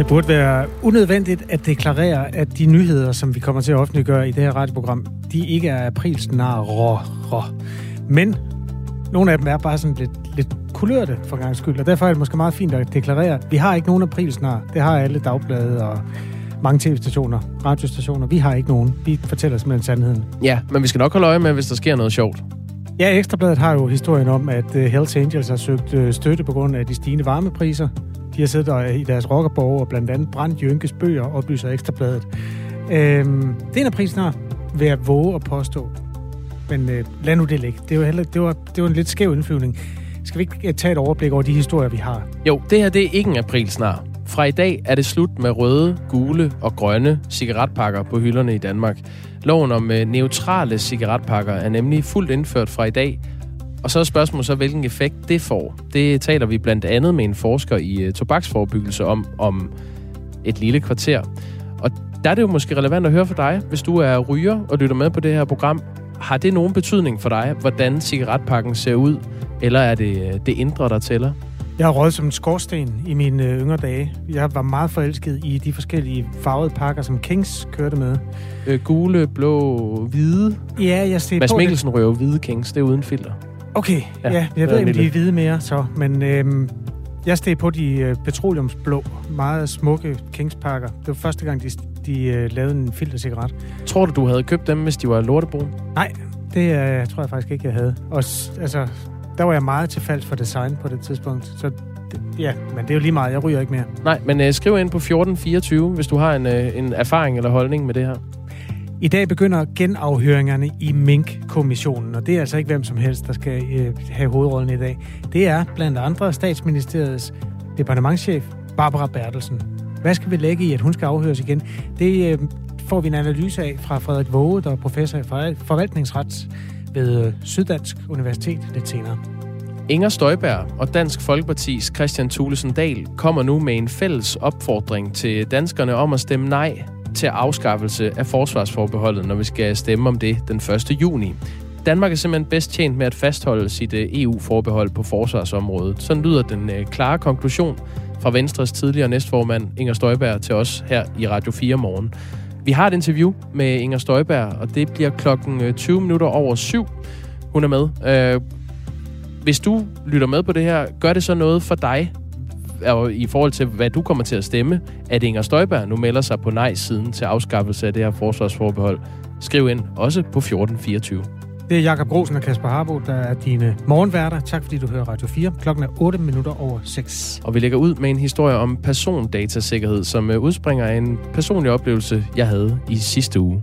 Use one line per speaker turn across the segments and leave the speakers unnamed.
Det burde være unødvendigt at deklarere, at de nyheder, som vi kommer til at offentliggøre i det her radioprogram, de ikke er aprilsnarrer. Men nogle af dem er bare sådan lidt kulørte for gang skyld, og derfor er det måske meget fint at deklarere, at vi har ikke nogen aprilsnar. Det har alle dagblade og mange tv-stationer, radiostationer. Vi har ikke nogen. Vi fortæller simpelthen sandheden.
Ja, men vi skal nok holde øje med, hvis der sker noget sjovt.
Ja, Ekstrabladet har jo historien om, at Hells Angels har søgt støtte på grund af de stigende varmepriser. De har siddet i deres rockerborg og blandt andet brændt Jønkes bøger, oplyser Ekstrabladet. Det er en aprilsnar, vil jeg våge at påstå. Men lad nu det ligge. Det var en lidt skæv indflyvning. Skal vi ikke tage et overblik over de historier, vi har?
Jo, det her det er ikke en aprilsnar. Fra i dag er det slut med røde, gule og grønne cigaretpakker på hylderne i Danmark. Loven om neutrale cigaretpakker er nemlig fuldt indført fra i dag. Og så er spørgsmålet så, hvilken effekt det får. Det taler vi blandt andet med en forsker i tobaksforebyggelse om et lille kvarter. Og der er det jo måske relevant at høre for dig, hvis du er ryger og lytter med på det her program. Har det nogen betydning for dig, hvordan cigaretpakken ser ud? Eller er det indre, der tæller?
Jeg har røget som en skorsten i mine yngre dage. Jeg var meget forelsket i de forskellige farvede pakker, som Kings kørte med.
Gule, blå, hvide.
Ja, jeg ser
Mads Mikkelsen røver hvide Kings, det er uden filter.
Okay, ja jeg ved ikke, om de er hvide mere så, men jeg steg på de petroleumsblå, meget smukke Kings-pakker. Det var første gang, de lavede en filtercigaret.
Tror du havde købt dem, hvis de var lortebrune?
Nej, det tror jeg faktisk ikke, jeg havde. Og altså, der var jeg meget til falsk for design på det tidspunkt. Så ja, men det er jo lige meget. Jeg ryger ikke mere.
Nej, men skriv ind på 1424, hvis du har en erfaring eller holdning med det her.
I dag begynder genafhøringerne i Mink-kommissionen, og det er altså ikke hvem som helst, der skal have hovedrollen i dag. Det er blandt andre Statsministeriets departementschef, Barbara Bertelsen. Hvad skal vi lægge i, at hun skal afhøres igen? Det får vi en analyse af fra Frederik Waage, der er professor i forvaltningsret ved Syddansk Universitet lidt senere.
Inger Støjberg og Dansk Folkepartis Kristian Thulesen Dahl kommer nu med en fælles opfordring til danskerne om at stemme nej til afskaffelse af forsvarsforbeholdet, når vi skal stemme om det den 1. juni. Danmark er simpelthen bedst tjent med at fastholde sit EU-forbehold på forsvarsområdet. Sådan lyder den klare konklusion fra Venstres tidligere næstformand Inger Støjberg til os her i Radio 4 morgen. Vi har et interview med Inger Støjberg, og det bliver klokken 20 minutter over 7. Hun er med. Hvis du lytter med på det her, gør det så noget for dig, i forhold til, hvad du kommer til at stemme, at Inger Støjberg nu melder sig på nej-siden til afskaffelse af det her forsvarsforbehold? Skriv ind, også på 1424.
Det er Jakob Grosen og Kasper Harbo, der er dine morgenværter. Tak fordi du hører Radio 4. Klokken er 8 minutter over 6.
Og vi lægger ud med en historie om persondatasikkerhed, som udspringer af en personlig oplevelse, jeg havde i sidste uge.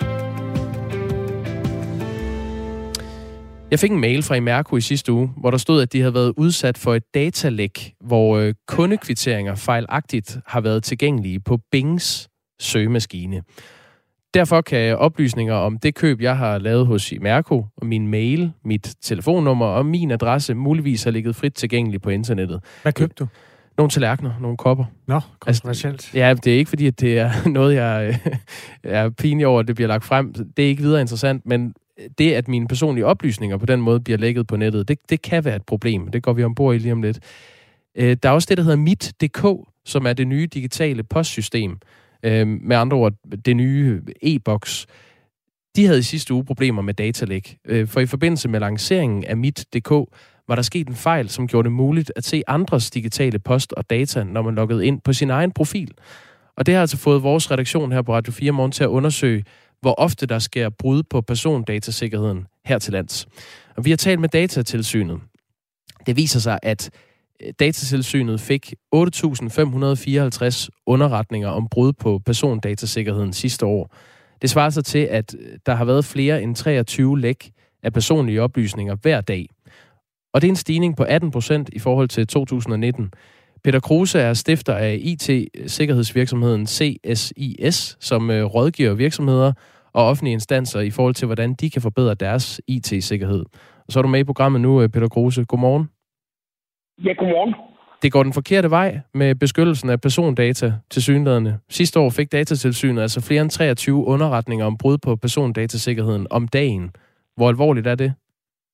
Jeg fik en mail fra Imerco i sidste uge, hvor der stod, at de havde været udsat for et datalæk, hvor kundekvitteringer fejlagtigt har været tilgængelige på Bings søgemaskine. Derfor kan oplysninger om det køb, jeg har lavet hos Imerco, og min mail, mit telefonnummer og min adresse muligvis har ligget frit tilgængeligt på internettet.
Hvad købte du?
Nogle tallerkener, nogle kopper.
Nå, kontroversielt.
Ja, det er ikke fordi, at det er noget, jeg er pinlig over, at det bliver lagt frem. Det er ikke videre interessant, men det, at mine personlige oplysninger på den måde bliver lækket på nettet, det kan være et problem. Det går vi ombord i lige om lidt. Der er også det, der hedder Mit.dk, som er det nye digitale postsystem. Med andre ord, det nye e-boks. De havde i sidste uge problemer med datalæk. For i forbindelse med lanceringen af Mit.dk var der sket en fejl, som gjorde det muligt at se andres digitale post og data, når man loggede ind på sin egen profil. Og det har altså fået vores redaktion her på Radio 4 Morgen til at undersøge, hvor ofte der sker brud på persondatasikkerheden her til lands. Og vi har talt med Datatilsynet. Det viser sig, at Datatilsynet fik 8.554 underretninger om brud på persondatasikkerheden sidste år. Det svarer sig til, at der har været flere end 23 læk af personlige oplysninger hver dag. Og det er en stigning på 18% i forhold til 2019. Peter Kruse er stifter af IT-sikkerhedsvirksomheden CSIS, som rådgiver virksomheder og offentlige instanser i forhold til, hvordan de kan forbedre deres IT-sikkerhed. Og så er du med i programmet nu, Peter Kruse. Godmorgen.
Ja, godmorgen.
Det går den forkerte vej med beskyttelsen af persondata tilsyneladende. Sidste år fik Datatilsynet altså flere end 23 underretninger om brud på persondatasikkerheden om dagen. Hvor alvorligt er det?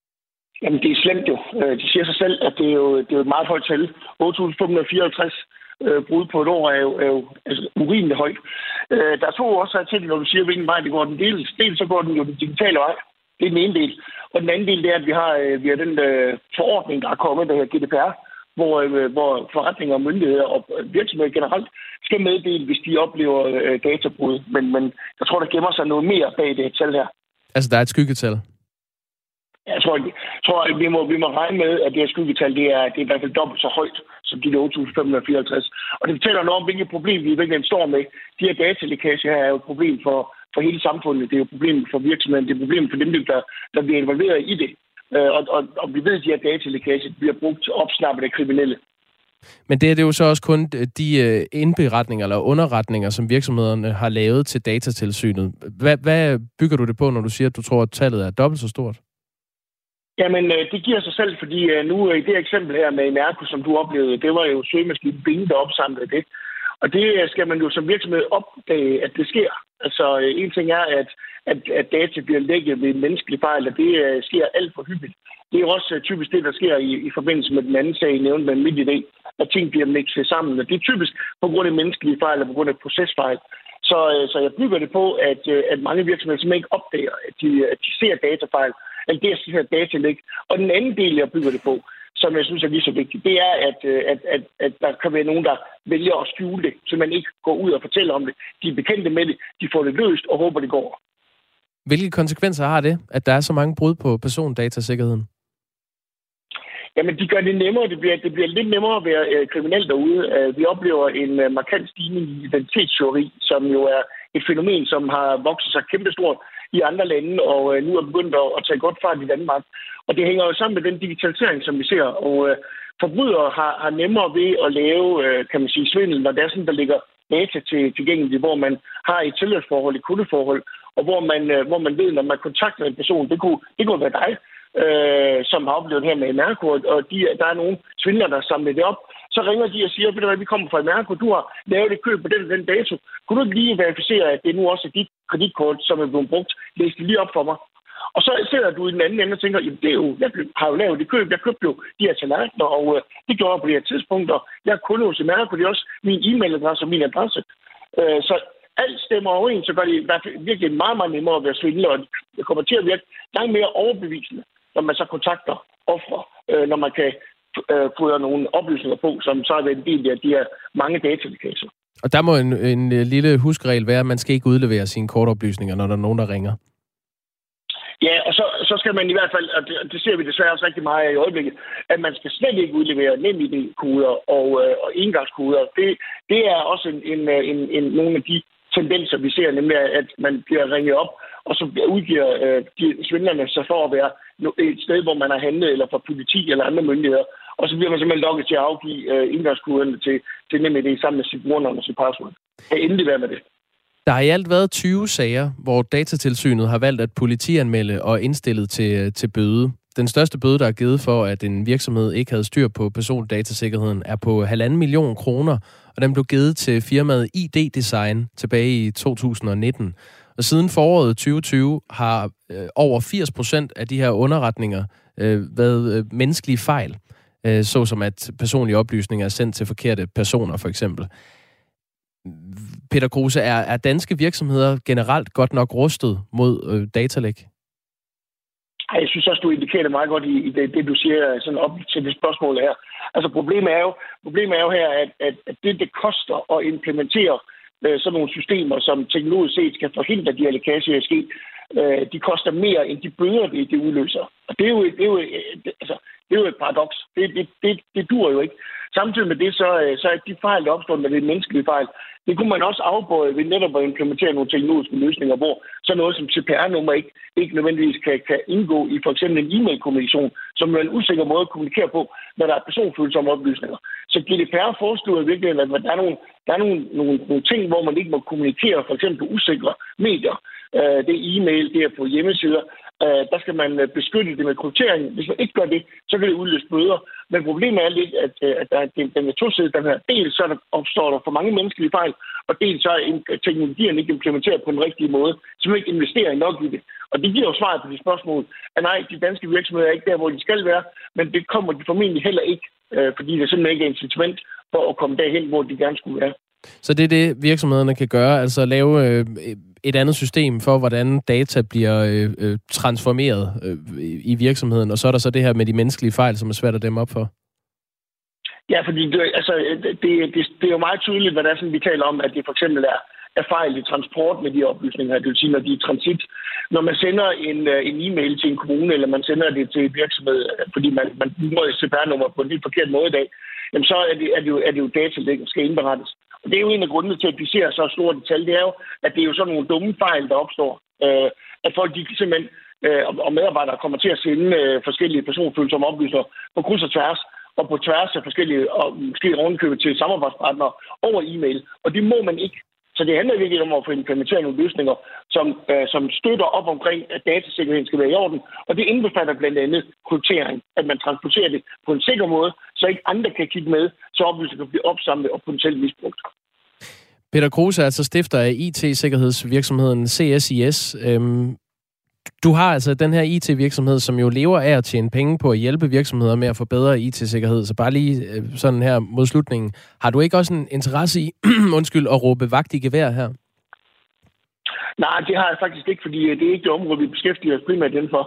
Jamen, det er slemt jo. De siger sig selv, at det er jo et meget højt tal. 8.554. brud på et år er jo altså, urimeligt højt. Der er to årsager til det, når du siger, hvilken vej det går. Den del så går den jo den digitale vej. Det er den ene del. Og den anden del, det er, at vi har den forordning, der er kommet, der hedder GDPR, hvor forretninger og myndigheder og virksomheder generelt skal meddele, hvis de oplever databrud. Men jeg tror, der gemmer sig noget mere bag det tal her.
Altså, der er et skyggetal?
Jeg tror vi må regne med, at det her skyggetal, det er i hvert fald dobbelt så højt som de 8.554. Og det fortæller noget om, hvilket problem vi i virkeligheden står med. De her datalækage her er jo et problem for hele samfundet. Det er jo et problem for virksomheden. Det er et problem for dem, der bliver involveret i det. Og vi ved, at de her datalækage bliver brugt opsnappet af kriminelle.
Men det er jo så også kun de indberetninger eller underretninger, som virksomhederne har lavet til Datatilsynet. Hvad bygger du det på, når du siger, at du tror, at tallet er dobbelt så stort?
Jamen, det giver sig selv, fordi nu i det eksempel her med Imerco, som du oplevede, det var jo søgemaskinen Bing, der opsamlede det. Og det skal man jo som virksomhed opdage, at det sker. Altså, en ting er, at data bliver lækket ved en menneskelig fejl, og det sker alt for hyppigt. Det er jo også typisk det, der sker i forbindelse med den anden sag, nævnt med en MitID, at ting bliver mixet sammen. Og det er typisk på grund af menneskelige fejl og på grund af procesfejl. Så jeg bygger det på, at mange virksomheder simpelthen ikke opdager, at de ser datafejl, eller det ser datalæk. Og den anden del, jeg bygger det på, som jeg synes er lige så vigtigt, det er, at der kan være nogen, der vælger at skjule det, så man ikke går ud og fortæller om det. De er bekendte med det, de får det løst og håber, det går.
Hvilke konsekvenser har det, at der er så mange brud på persondatasikkerheden?
Jamen, de gør det nemmere. Det bliver lidt nemmere at være kriminel derude. Vi oplever en markant stigning i identitetstyveri, som jo er et fænomen, som har vokset sig kæmpestort i andre lande, og nu er begyndt at tage godt fart i Danmark. Og det hænger jo sammen med den digitalisering, som vi ser. Og forbrydere har nemmere ved at lave, kan man sige, svindel, når det er sådan, der ligger data tilgængeligt, hvor man har et tilhørsforhold, et kundeforhold, og hvor man ved, når man kontakter en person, det kunne være dig, som har oplevet her med Imerco, og der er nogle svindlere, der samler det op. Så ringer de og siger, ved du hvad, vi kommer fra Imerco, du har lavet et køb på den dato. Kunne du ikke lige verificere, at det nu også er dit kreditkort, som er blevet brugt? Læs det lige op for mig. Og så sidder du i den anden ende og tænker, jamen det er jo, jeg har jo lavet det køb, jeg købte jo de her tallerkener, og det gjorde jeg på de her tidspunkter. Jeg er kunde hos Imerco, det er også min e-mailadresse og min adresse. Så alt stemmer overens, så gør det virkelig meget, meget nemmere at være svindler, og det kommer til at virke langt mere overbevisende, når man så kontakter ofre, når man kan fodre nogle oplysninger på, som så er en del af de her mange datalækager.
Og der må en lille huskregel være, at man skal ikke udlevere sine kortoplysninger, når der er nogen, der ringer.
Ja, og så skal man i hvert fald, og det ser vi desværre også rigtig meget af i øjeblikket, at man skal slet ikke udlevere NemID-koder og engangskoder. Det er også nogle af de tendenser, vi ser, nemlig at man bliver ringet op, og så udgiver de svindlerne sig for at være et sted, hvor man har handlet, eller fra politi eller andre myndigheder, og så bliver man simpelthen lukket til at afgive indgangskoderne til NemID sammen med sit brugernavn og sit password. Det er endelig værd med det.
Der har i alt været 20 sager, hvor Datatilsynet har valgt at politianmelde og indstillet til bøde. Den største bøde, der er givet for, at en virksomhed ikke havde styr på persondatasikkerheden, er på 1,5 million kroner, og den blev givet til firmaet ID Design tilbage i 2019. Og siden foråret 2020 har over 80% af de her underretninger været menneskelige fejl, såsom at personlige oplysninger er sendt til forkerte personer, for eksempel. Peter Kruse, er danske virksomheder generelt godt nok rustet mod datalæk?
Jeg synes også, du indikerer meget godt i det, du siger sådan op til det spørgsmål her. Altså problemet er jo her, at det koster at implementere sådan nogle systemer, som teknologisk set skal forhindre de her lækager at ske, de koster mere end de bøder, det udløser. Og det er jo et paradoks. Det duer jo ikke. Samtidig med det, så er de fejl, der opstår med det menneskelige fejl, det kunne man også afbøje ved netop at implementere nogle teknologiske løsninger, hvor så noget som CPR-nummer ikke nødvendigvis kan indgå i for eksempel en e-mail-kommunikation, som er en usikker måde at kommunikere på, når der er personfølsomme oplysninger. Så GDPR forestår i virkeligheden, at der er nogle ting, hvor man ikke må kommunikere, for eksempel på usikre medier. Det er e-mail, det er på hjemmesider. Der skal man beskytte det med kryptering. Hvis man ikke gør det, så kan det udløse bøder. Men problemet er lidt, at der er den toside, den her. Dels så opstår der for mange menneskelige fejl, og dels så er teknologien ikke implementeret på den rigtige måde, så man ikke investerer nok i det. Og det giver jo svaret på de spørgsmål, at nej, de danske virksomheder er ikke der, hvor de skal være, men det kommer de formentlig heller ikke, fordi det simpelthen ikke er incitament for at komme derhen, hvor de gerne skulle være.
Så det er det, virksomhederne kan gøre, altså lave et andet system for, hvordan data bliver transformeret i virksomheden, og så er der så det her med de menneskelige fejl, som er svært at dæmme op for?
Ja, fordi det er jo meget tydeligt, hvad det er, sådan, vi taler om, at det for eksempel er fejl i transport med de oplysninger, det vil sige, når de er i transit. Når man sender en e-mail til en kommune, eller man sender det til en virksomhed, fordi man bruger et CPR-nummer på en helt forkert måde i dag, jamen så er det jo data, der skal indberettes. Og det er jo en af grundene til, at vi ser så store detaljer. Det er jo, at det er jo sådan nogle dumme fejl, der opstår. At folk, de simpelthen, og medarbejdere kommer til at sende forskellige personfølsomme oplysninger på kryds og tværs, og på tværs af forskellige, og måske ovenkøbet til samarbejdspartnere over e-mail. Og det må man ikke. Så det handler virkelig om at få implementeret nogle løsninger, som støtter op omkring, at datasikkerheden skal være i orden. Og det indbefatter blandt andet kryptering, at man transporterer det på en sikker måde, så ikke andre kan kigge med, så oplysninger kan blive opsamlet og potentielt misbrugt.
Peter Kruse er altså stifter af IT-sikkerhedsvirksomheden CSIS. Du har altså den her IT-virksomhed, som jo lever af at tjene penge på at hjælpe virksomheder med at få bedre IT-sikkerhed. Så bare lige sådan her mod slutningen. Har du ikke også en interesse i, at råbe vagt i gevær her?
Nej, det har jeg faktisk ikke, fordi det er ikke det område, vi beskæftiger os primært indenfor.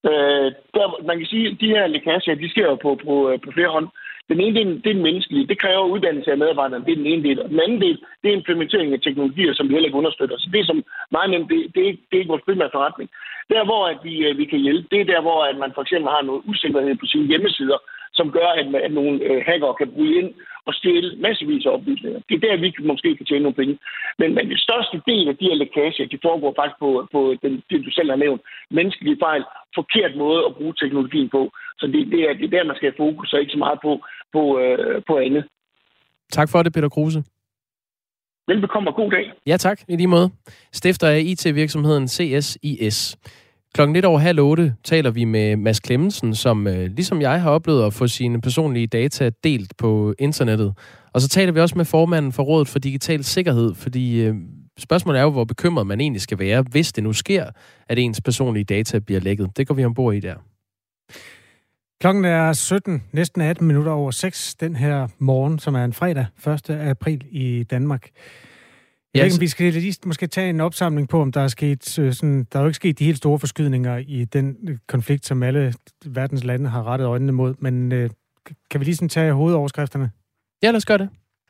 Man kan sige, at de her lækager, de sker jo på flere hånd. Den ene del, det er den menneskelige. Det kræver uddannelse af medarbejderne. Det er den ene del. Og den anden del, det er implementering af teknologier, som vi heller ikke understøtter. Så det er som meget nemt, det er ikke vores primære forretning. Der, hvor at vi kan hjælpe, det er der, hvor at man for eksempel har noget usikkerhed på sine hjemmesider, som gør, at nogle hackere kan bryde ind og stjæle massevis af oplysninger. Det er der, vi måske kan tjene nogle penge. Men den største del af de her lækager, de foregår faktisk på det, du selv har nævnt, menneskelige fejl, forkert måde at bruge teknologien på. Så det er der, man skal have fokus, og ikke så meget på andet. Tak
for det, Peter Kruse.
Velbekomme og god dag.
Ja, tak. I lige måde. Stifter af IT-virksomheden CSIS. 7:01 taler vi med Mads Clemmensen, som ligesom jeg har oplevet at få sine personlige data delt på internettet. Og så taler vi også med formanden for Rådet for Digital Sikkerhed, fordi spørgsmålet er jo, hvor bekymret man egentlig skal være, hvis det nu sker, at ens personlige data bliver lækket. Det går vi ombord i der.
Klokken er 17, næsten 18 minutter over 6, den her morgen, som er en fredag, 1. april i Danmark. Jeg ved ikke, om vi skal lige måske tage en opsamling på, om der er sket sådan, der er jo ikke sket de helt store forskydninger i den konflikt, som alle verdens lande har rettet øjnene mod, men kan vi lige sådan tage hovedoverskrifterne?
Ja, lad os gøre det.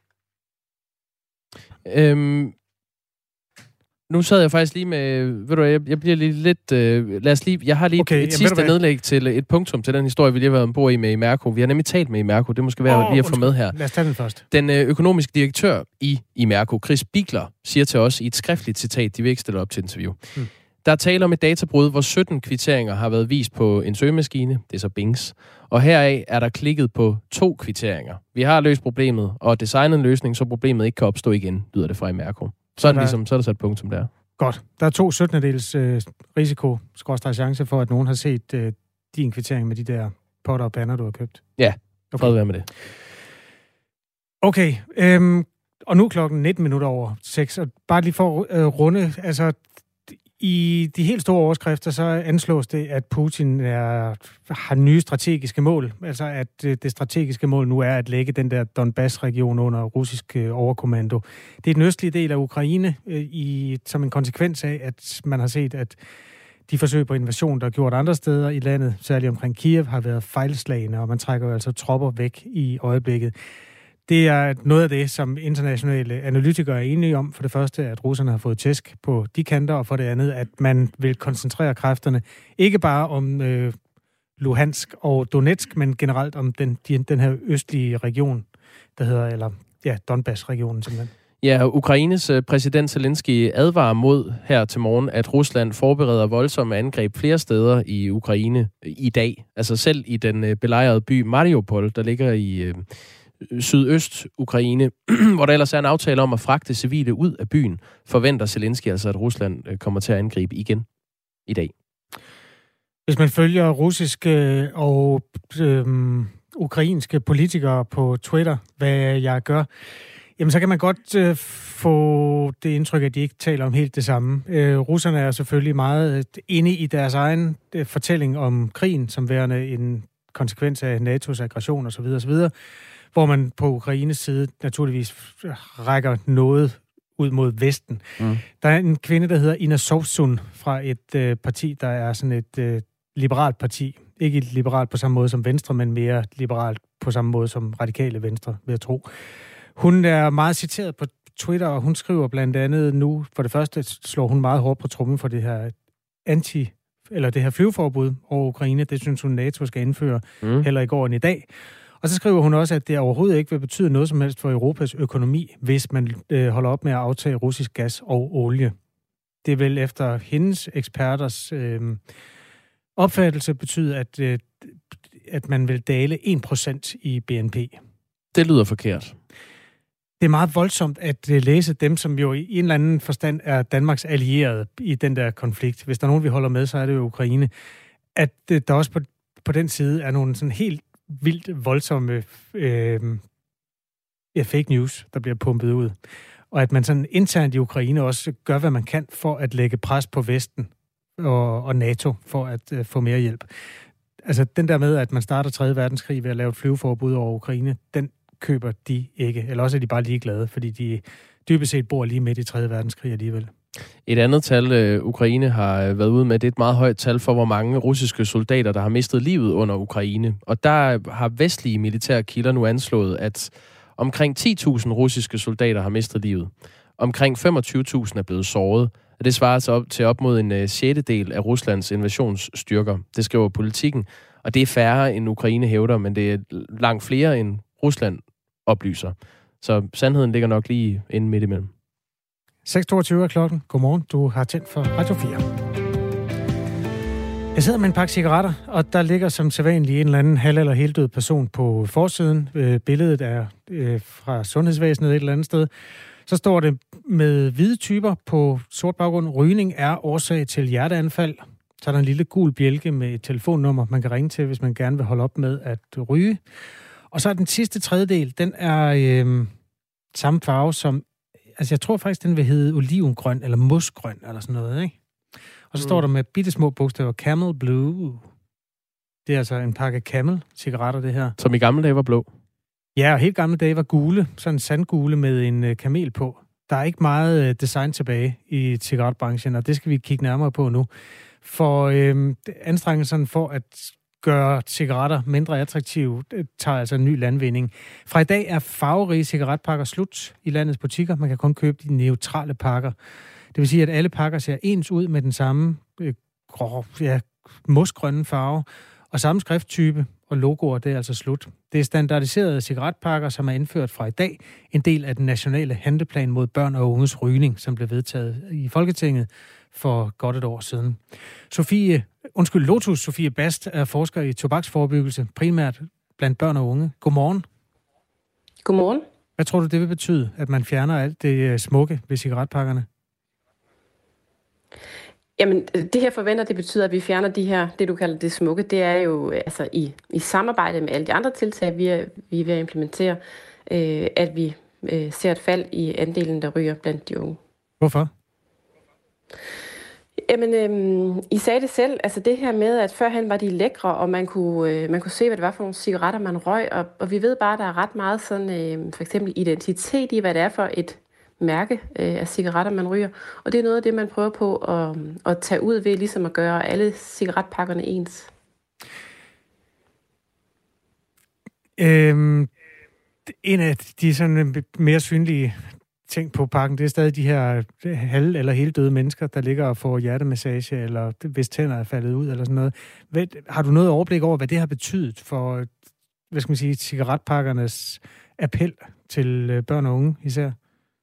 Nu sad jeg faktisk lige med, ved du, jeg bliver lige lidt, jeg har lige et sidste nedlæg til et punktum til den historie, vi lige har været ombord i med Imerco. Vi har nemlig talt med Imerco, det måske være lige at få med her.
Lad os tage den først.
Den økonomiske direktør i Imerco, Chris Bigler, siger til os i et skriftligt citat, de vil ikke stille op til interview. Der er tale om et databrud, hvor 17 kvitteringer har været vist på en søgemaskine, det er så Bings, og heraf er der klikket på 2 kvitteringer. Vi har løst problemet, og designet en løsning, så problemet ikke kan opstå igen, lyder det fra Imerco. Så er der sat punktum der.
Godt. Der er 2 17-dels risiko/chance for, at nogen har set din kvittering med de der potter og pander, du har købt.
Ja, fred være med det.
Okay, og nu er klokken 19 minutter over 6, og bare lige for at runde, altså i de helt store overskrifter, så anslås det, at Putin har nye strategiske mål. Altså, at det strategiske mål nu er at lægge den der Donbass-region under russisk overkommando. Det er den østlige del af Ukraine, som en konsekvens af, at man har set, at de forsøg på invasion, der er gjort andre steder i landet, særligt omkring Kiev, har været fejlslagende, og man trækker jo altså tropper væk i øjeblikket. Det er noget af det, som internationale analytikere er enige om. For det første, at russerne har fået tæsk på de kanter, og for det andet, at man vil koncentrere kræfterne ikke bare om Luhansk og Donetsk, men generelt om den her østlige region, der hedder, Donbass-regionen simpelthen.
Ja, Ukraines præsident Zelensky advarer mod her til morgen, at Rusland forbereder voldsomme angreb flere steder i Ukraine i dag. Altså selv i den belejrede by Mariupol, der ligger i sydøst-Ukraine, hvor der ellers er en aftale om at fragte civile ud af byen, forventer Zelensky altså, at Rusland kommer til at angribe igen i dag.
Hvis man følger russiske og ukrainske politikere på Twitter, hvad jeg gør, jamen så kan man godt få det indtryk, at de ikke taler om helt det samme. Russerne er selvfølgelig meget inde i deres egen fortælling om krigen, som værende en konsekvens af NATO's aggression osv. osv. hvor man på Ukraines side naturligvis rækker noget ud mod Vesten. Der er en kvinde, der hedder Ina Sovsun fra et parti, der er sådan et liberalt parti. Ikke liberalt på samme måde som Venstre, men mere liberalt på samme måde som Radikale Venstre, vil jeg tro. Hun er meget citeret på Twitter, og hun skriver blandt andet nu, for det første slår hun meget hårdt på trommen for det her det her flyveforbud over Ukraine. Det synes hun, NATO skal indføre heller i går end i dag. Og så skriver hun også, at det overhovedet ikke vil betyde noget som helst for Europas økonomi, hvis man holder op med at aftage russisk gas og olie. Det vil efter hendes eksperters opfattelse betyde, at man vil dale 1% i BNP.
Det lyder forkert.
Det er meget voldsomt at læse dem, som jo i en eller anden forstand er Danmarks allierede i den der konflikt. Hvis der er nogen, vi holder med, så er det jo Ukraine. At der også på den side er nogle sådan helt vildt voldsomme fake news, der bliver pumpet ud. Og at man sådan internt i Ukraine også gør, hvad man kan for at lægge pres på Vesten og NATO for at få mere hjælp. Altså den der med, at man starter 3. verdenskrig ved at lave et flyveforbud over Ukraine, den køber de ikke. Eller også er de bare ligeglade, fordi de dybest set bor lige midt i 3. verdenskrig alligevel.
Et andet tal, Ukraine har været ude med, det er et meget højt tal for, hvor mange russiske soldater, der har mistet livet under Ukraine. Og der har vestlige militære kilder nu anslået, at omkring 10.000 russiske soldater har mistet livet. Omkring 25.000 er blevet såret. Og det svarer sig til op mod en 6. af Ruslands invasionsstyrker. Det skriver Politikken. Og det er færre end Ukraine hævder, men det er langt flere end Rusland oplyser. Så sandheden ligger nok lige inde midt imellem.
6.22 er klokken. Godmorgen. Du har tændt for Radio 4. Jeg sidder med en pakke cigaretter, og der ligger som sædvanligt en eller anden halv- eller heldød person på forsiden. Billedet er fra sundhedsvæsenet et eller andet sted. Så står det med hvide typer på sort baggrund. Rygning er årsag til hjerteanfald. Så er der en lille gul bjælke med et telefonnummer, man kan ringe til, hvis man gerne vil holde op med at ryge. Og så er den sidste tredjedel, den er samme farve som, altså jeg tror faktisk, den vil hedde olivengrøn eller mosgrøn eller sådan noget, ikke? Og så står der med bittesmå bogstaver, Camel Blue. Det er altså en pakke Camel cigaretter, det her.
Som i gamle dage var blå.
Ja, og helt gamle dage var gule, sådan sandgule med en kamel på. Der er ikke meget design tilbage i cigaretbranchen, og det skal vi kigge nærmere på nu. For anstrengelserne for at gøre cigaretter mindre attraktive, tager altså en ny landvinding. Fra i dag er farverige cigaretpakker slut i landets butikker. Man kan kun købe de neutrale pakker. Det vil sige, at alle pakker ser ens ud med den samme mosgrønne farve og samme skrifttype og logoer, det er altså slut. Det er standardiserede cigaretpakker, som er indført fra i dag. En del af den nationale handleplan mod børn og unges rygning, som blev vedtaget i Folketinget for godt et år siden. Lotus Sofie Bast er forsker i tobaksforebyggelse, primært blandt børn og unge. Godmorgen.
Godmorgen.
Hvad tror du, det vil betyde, at man fjerner alt det smukke ved cigaretpakkerne?
Jamen, det her forventer, det betyder, at vi fjerner de her, det du kalder det smukke. Det er jo altså i samarbejde med alle de andre tiltag, vi er ved at implementere, at vi ser et fald i andelen, der ryger blandt de unge.
Hvorfor?
Jamen, I sagde det selv, altså det her med, at førhen var de lækre, og man kunne se, hvad det var for nogle cigaretter, man røg, og vi ved bare, at der er ret meget sådan, for eksempel identitet i, hvad det er for et mærke af cigaretter, man ryger. Og det er noget af det, man prøver på at tage ud ved, ligesom at gøre alle cigaretpakkerne ens.
En af de sådan mere synlige ting på pakken, det er stadig de her halv- eller helt døde mennesker, der ligger og får hjertemassage, eller hvis tænder er faldet ud, eller sådan noget. Har du noget overblik over, hvad det har betydet for, hvad skal man sige, cigaretpakkernes appel til børn og unge især?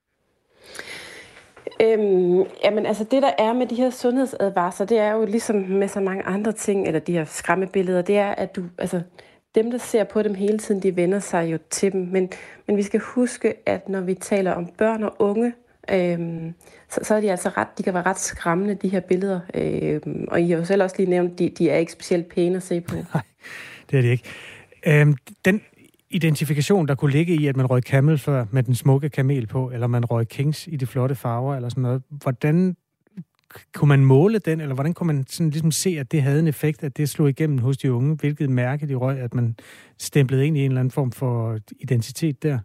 Jamen altså det der er med de her sundhedsadvarsler, det er jo ligesom med så mange andre ting, eller de her skræmmebilleder, det er, at dem, der ser på dem hele tiden, de vender sig jo til dem. Men vi skal huske, at når vi taler om børn og unge, så er de altså de kan være ret skræmmende, de her billeder. Og I har jo selv også lige nævnt, de er ikke specielt pæne at se på.
Nej, det er de ikke. Den identifikation, der kunne ligge i, at man røg Camel før med den smukke kamel på, eller man røg Kings i de flotte farver, eller sådan noget, hvordan kunne man måle den, eller hvordan kunne man sådan ligesom se, at det havde en effekt, at det slog igennem hos de unge? Hvilket mærke de røg, at man stemplede ind i en eller anden form for identitet der?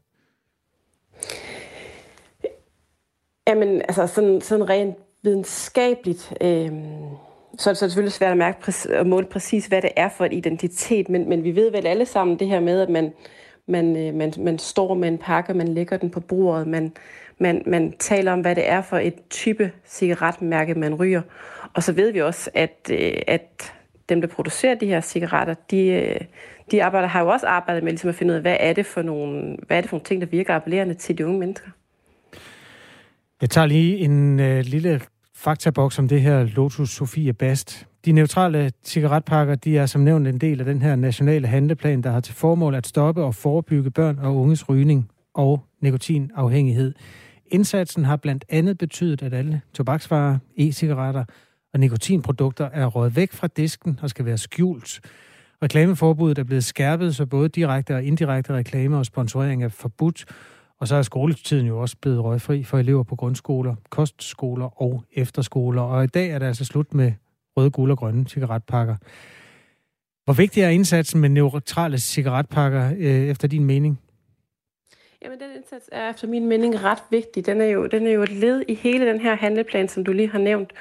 Jamen, altså sådan rent videnskabeligt, så er det selvfølgelig svært at mærke og måle præcis, hvad det er for en identitet, men vi ved vel alle sammen det her med, at man står med en pakke, man lægger den på bordet, man taler om, hvad det er for et type cigaretmærke, man ryger. Og så ved vi også, at dem, der producerer de her cigaretter, de har jo også arbejdet med ligesom at finde ud af, hvad er det for nogle ting, der virker appellerende til de unge mennesker.
Jeg tager lige en lille faktaboks om det her Lotus Sofie Bast. De neutrale cigaretpakker, de er som nævnt en del af den her nationale handleplan, der har til formål at stoppe og forebygge børn og unges rygning og nikotinafhængighed. Indsatsen har blandt andet betydet, at alle tobaksvarer, e-cigaretter og nikotinprodukter er røget væk fra disken og skal være skjult. Reklameforbuddet er blevet skærpet, så både direkte og indirekte reklame og sponsorering er forbudt. Og så er skoletiden jo også blevet røgfri for elever på grundskoler, kostskoler og efterskoler. Og i dag er det altså slut med røde, gule og grønne cigaretpakker. Hvor vigtig er indsatsen med neutrale cigaretpakker efter din mening?
Jamen, den indsats er efter min mening ret vigtig. Den er jo et led i hele den her handleplan, som du lige har nævnt.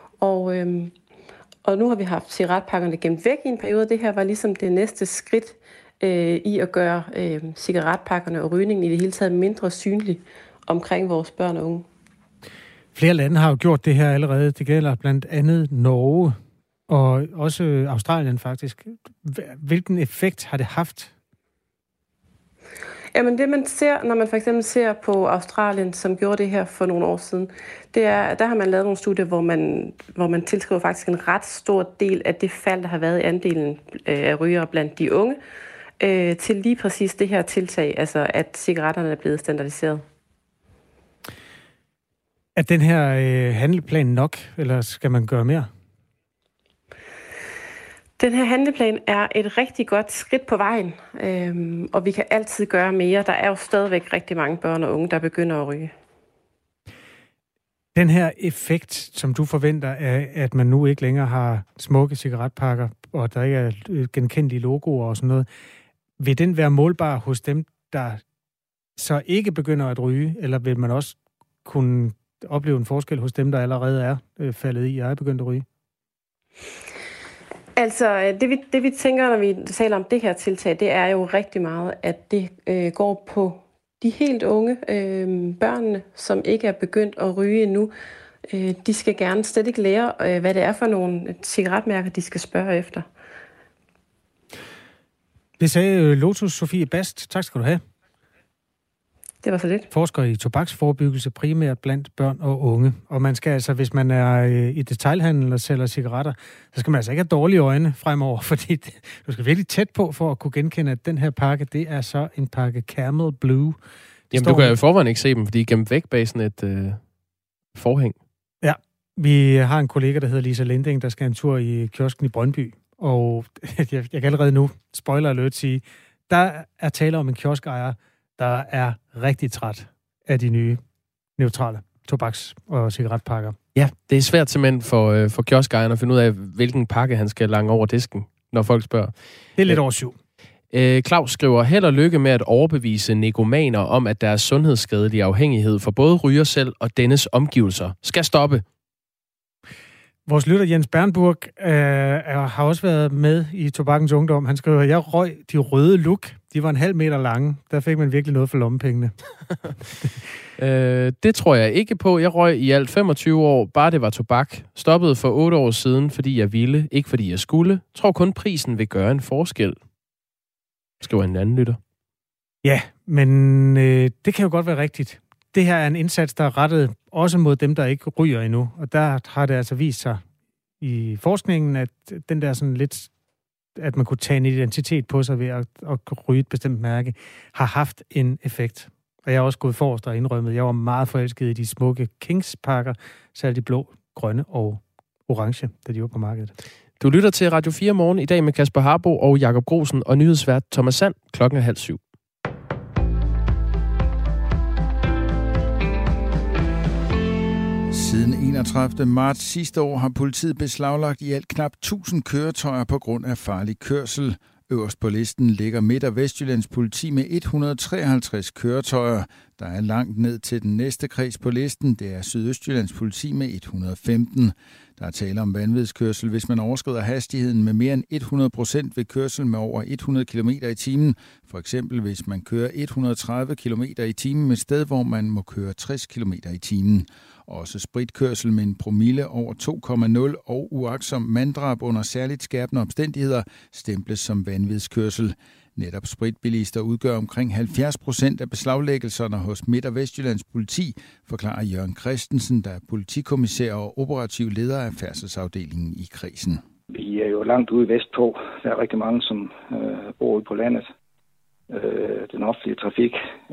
Og nu har vi haft cigaretpakkerne gemt væk i en periode. Det her var ligesom det næste skridt i at gøre cigaretpakkerne og rygningen i det hele taget mindre synlige omkring vores børn og unge.
Flere lande har jo gjort det her allerede. Det gælder blandt andet Norge og også Australien faktisk. Hvilken effekt har det haft?
Jamen det man ser, når man for eksempel ser på Australien, som gjorde det her for nogle år siden, det er, der har man lavet nogle studier, hvor man tilskriver faktisk en ret stor del af det fald, der har været i andelen af rygere blandt de unge, til lige præcis det her tiltag, altså at cigaretterne er blevet standardiseret.
Er den her handleplan nok, eller skal man gøre mere?
Den her handleplan er et rigtig godt skridt på vejen, og vi kan altid gøre mere. Der er jo stadigvæk rigtig mange børn og unge, der begynder at ryge.
Den her effekt, som du forventer, er, at man nu ikke længere har smukke cigaretpakker, og der ikke er genkendelige logoer og sådan noget, vil den være målbar hos dem, der så ikke begynder at ryge, eller vil man også kunne opleve en forskel hos dem, der allerede er faldet i og er begyndt at ryge?
Altså, det vi tænker, når vi taler om det her tiltag, det er jo rigtig meget, at det går på de helt unge, børnene, som ikke er begyndt at ryge endnu. De skal gerne slet ikke lære, hvad det er for nogle cigaretmærker, de skal spørge efter.
Det sagde Lotus Sofie Bast. Tak skal du have.
Det var så lidt.
Forsker i tobaksforebyggelse primært blandt børn og unge. Og man skal altså, hvis man er i detailhandel og sælger cigaretter, så skal man altså ikke have dårlige øjne fremover, fordi du skal virkelig tæt på for at kunne genkende, at den her pakke, det er så en pakke Camel Blue.
Jamen, du kan jo i forvejen ikke se dem, fordi de er gemt væk bag sådan et forhæng.
Ja, vi har en kollega, der hedder Lisa Linding, der skal en tur i kiosken i Brøndby. Og jeg kan allerede nu, spoiler alert, sige, der er tale om en kioskejer, der er rigtig træt af de nye neutrale tobaks- og cigaretpakker.
Ja, det er svært simpelthen for kioskejeren at finde ud af, hvilken pakke han skal lange over disken, når folk spørger.
Det er lidt over 7.
Claus skriver, held og lykke med at overbevise nekomaner om, at deres sundhedsskadelige afhængighed for både ryger selv og dennes omgivelser skal stoppe.
Vores lytter Jens Bernburg har også været med i Tobakkens Ungdom. Han skriver, jeg røg de røde luk. De var 1,5 meter lange. Der fik man virkelig noget for lommepengene.
Det tror jeg ikke på. Jeg røg i alt 25 år, bare det var tobak. Stoppede for 8 år siden, fordi jeg ville, ikke fordi jeg skulle. Tror kun prisen vil gøre en forskel. Skriver en anden lytter.
Ja, men det kan jo godt være rigtigt. Det her er en indsats, der er rettet også mod dem, der ikke ryger endnu. Og der har det altså vist sig i forskningen, at den der sådan lidt, at man kunne tage en identitet på sig ved at ryge et bestemt mærke, har haft en effekt. Og jeg har også gået forrest og indrømmet. Jeg var meget forelsket i de smukke Kings-pakker, særligt de blå, grønne og orange, da de var på markedet.
Du lytter til Radio 4 morgen i dag med Kasper Harbo og Jakob Grosen og nyhedsvært Thomas Sand. 6:30.
Siden 31. marts sidste år har politiet beslaglagt i alt knap 1000 køretøjer på grund af farlig kørsel. Øverst på listen ligger Midt- og Vestjyllands politi med 153 køretøjer. Der er langt ned til den næste kreds på listen. Det er Sydøstjyllands politi med 115. Der er tale om vanvidskørsel, hvis man overskrider hastigheden med mere end 100% ved kørsel med over 100 km i timen. For eksempel hvis man kører 130 km i timen med sted, hvor man må køre 60 km i timen. Også spritkørsel med en promille over 2,0 og uagtsom manddrab under særligt skærpende omstændigheder stemples som vanvidskørsel. Netop spritbilister udgør omkring 70% af beslaglæggelserne hos Midt- og Vestjyllands politi, forklarer Jørgen Christensen, der er politikommissær og operativ leder af færdselsafdelingen i kredsen.
Vi er jo langt ude vestpå. Der er rigtig mange, som bor ude på landet. Den offentlige trafik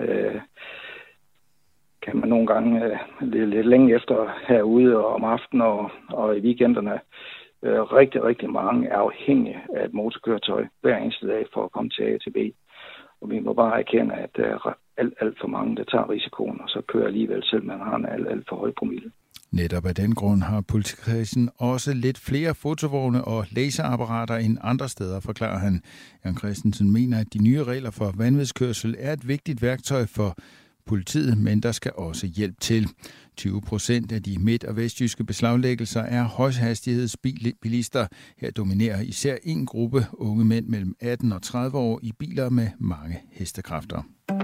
kan man nogle gange lidt længe efter herude og om aftenen og i weekenderne. Rigtig mange er afhængige af et motorkøretøj hver eneste dag for at komme til A til B. Og vi må bare erkende, at der er alt for mange, der tager risikoen, og så kører alligevel, selv man har en alt for høj promille.
Netop af den grund har politikredsen også lidt flere fotovogne og laserapparater end andre steder, forklarer han. Jørgen Christensen mener, at de nye regler for vanvidskørsel er et vigtigt værktøj for politiet, men der skal også hjælp til. 20% af de midt- og vestjyske beslaglæggelser er højhastighedsbilister. Her dominerer især en gruppe unge mænd mellem 18 og 30 år i biler med mange hestekræfter.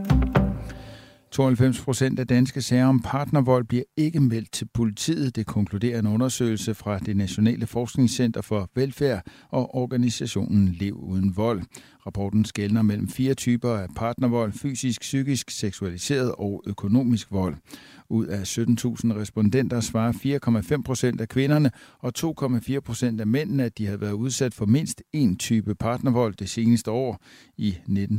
92% af danske sager om partnervold bliver ikke meldt til politiet. Det konkluderer en undersøgelse fra det Nationale Forskningscenter for Velfærd og organisationen Lev Uden Vold. Rapporten skelner mellem 4 typer af partnervold: fysisk, psykisk, seksualiseret og økonomisk vold. Ud af 17.000 respondenter svarer 4,5% af kvinderne og 2,4% af mændene, at de havde været udsat for mindst én type partnervold det seneste år. I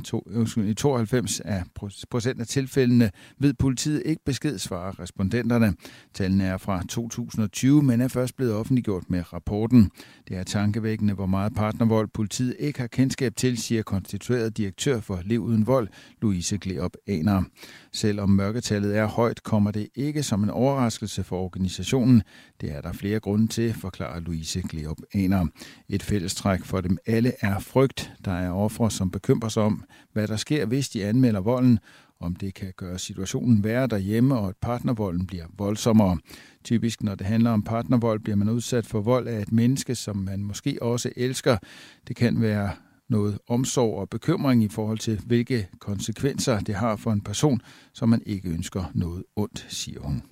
92% af tilfældene ved politiet ikke besked, svarer respondenterne. Tallene er fra 2020, men er først blevet offentliggjort med rapporten. Det er tankevækkende, hvor meget partnervold politiet ikke har kendskab til, siger konstitueret direktør for Lev Uden Vold, Louise Gleop Aner. Selvom mørketallet er højt, kommer det ikke som en overraskelse for organisationen. Det er der flere grunde til, forklarer Louise Gleop Aner. Et fællestræk for dem alle er frygt. Der er ofre, som bekymrer sig om, hvad der sker, hvis de anmelder volden, om det kan gøre situationen værre derhjemme, og at partnervolden bliver voldsommere. Typisk, når det handler om partnervold, bliver man udsat for vold af et menneske, som man måske også elsker. Det kan være noget omsorg og bekymring i forhold til, hvilke konsekvenser det har for en person, som man ikke ønsker noget ondt, siger hun.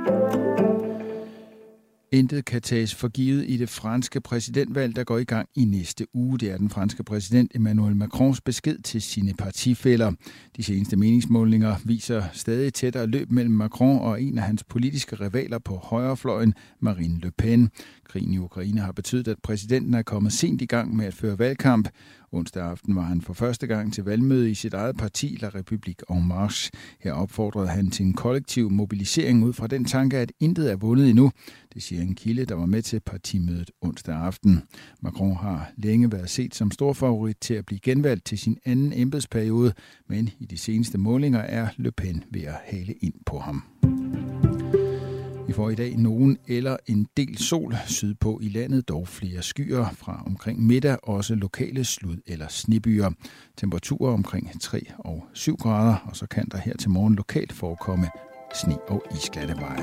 Intet kan tages for givet i det franske præsidentvalg, der går i gang i næste uge. Det er den franske præsident Emmanuel Macrons besked til sine partifæller. De seneste meningsmålinger viser stadig tættere løb mellem Macron og en af hans politiske rivaler på højrefløjen, Marine Le Pen. Krigen i Ukraine har betydet, at præsidenten er kommet sent i gang med at føre valgkamp. Onsdag aften var han for første gang til valgmøde i sit eget parti, La République En Marche. Her opfordrede han til en kollektiv mobilisering ud fra den tanke, at intet er vundet endnu. Det siger en kilde, der var med til partimødet onsdag aften. Macron har længe været set som stor favorit til at blive genvalgt til sin anden embedsperiode, men i de seneste målinger er Le Pen ved at hale ind på ham. Vi får i dag nogen eller en del sol sydpå i landet, dog flere skyer fra omkring middag, også lokale slud- eller snebyer. Temperaturer omkring 3 og 7 grader, og så kan der her til morgen lokalt forekomme sne- og isglatte veje.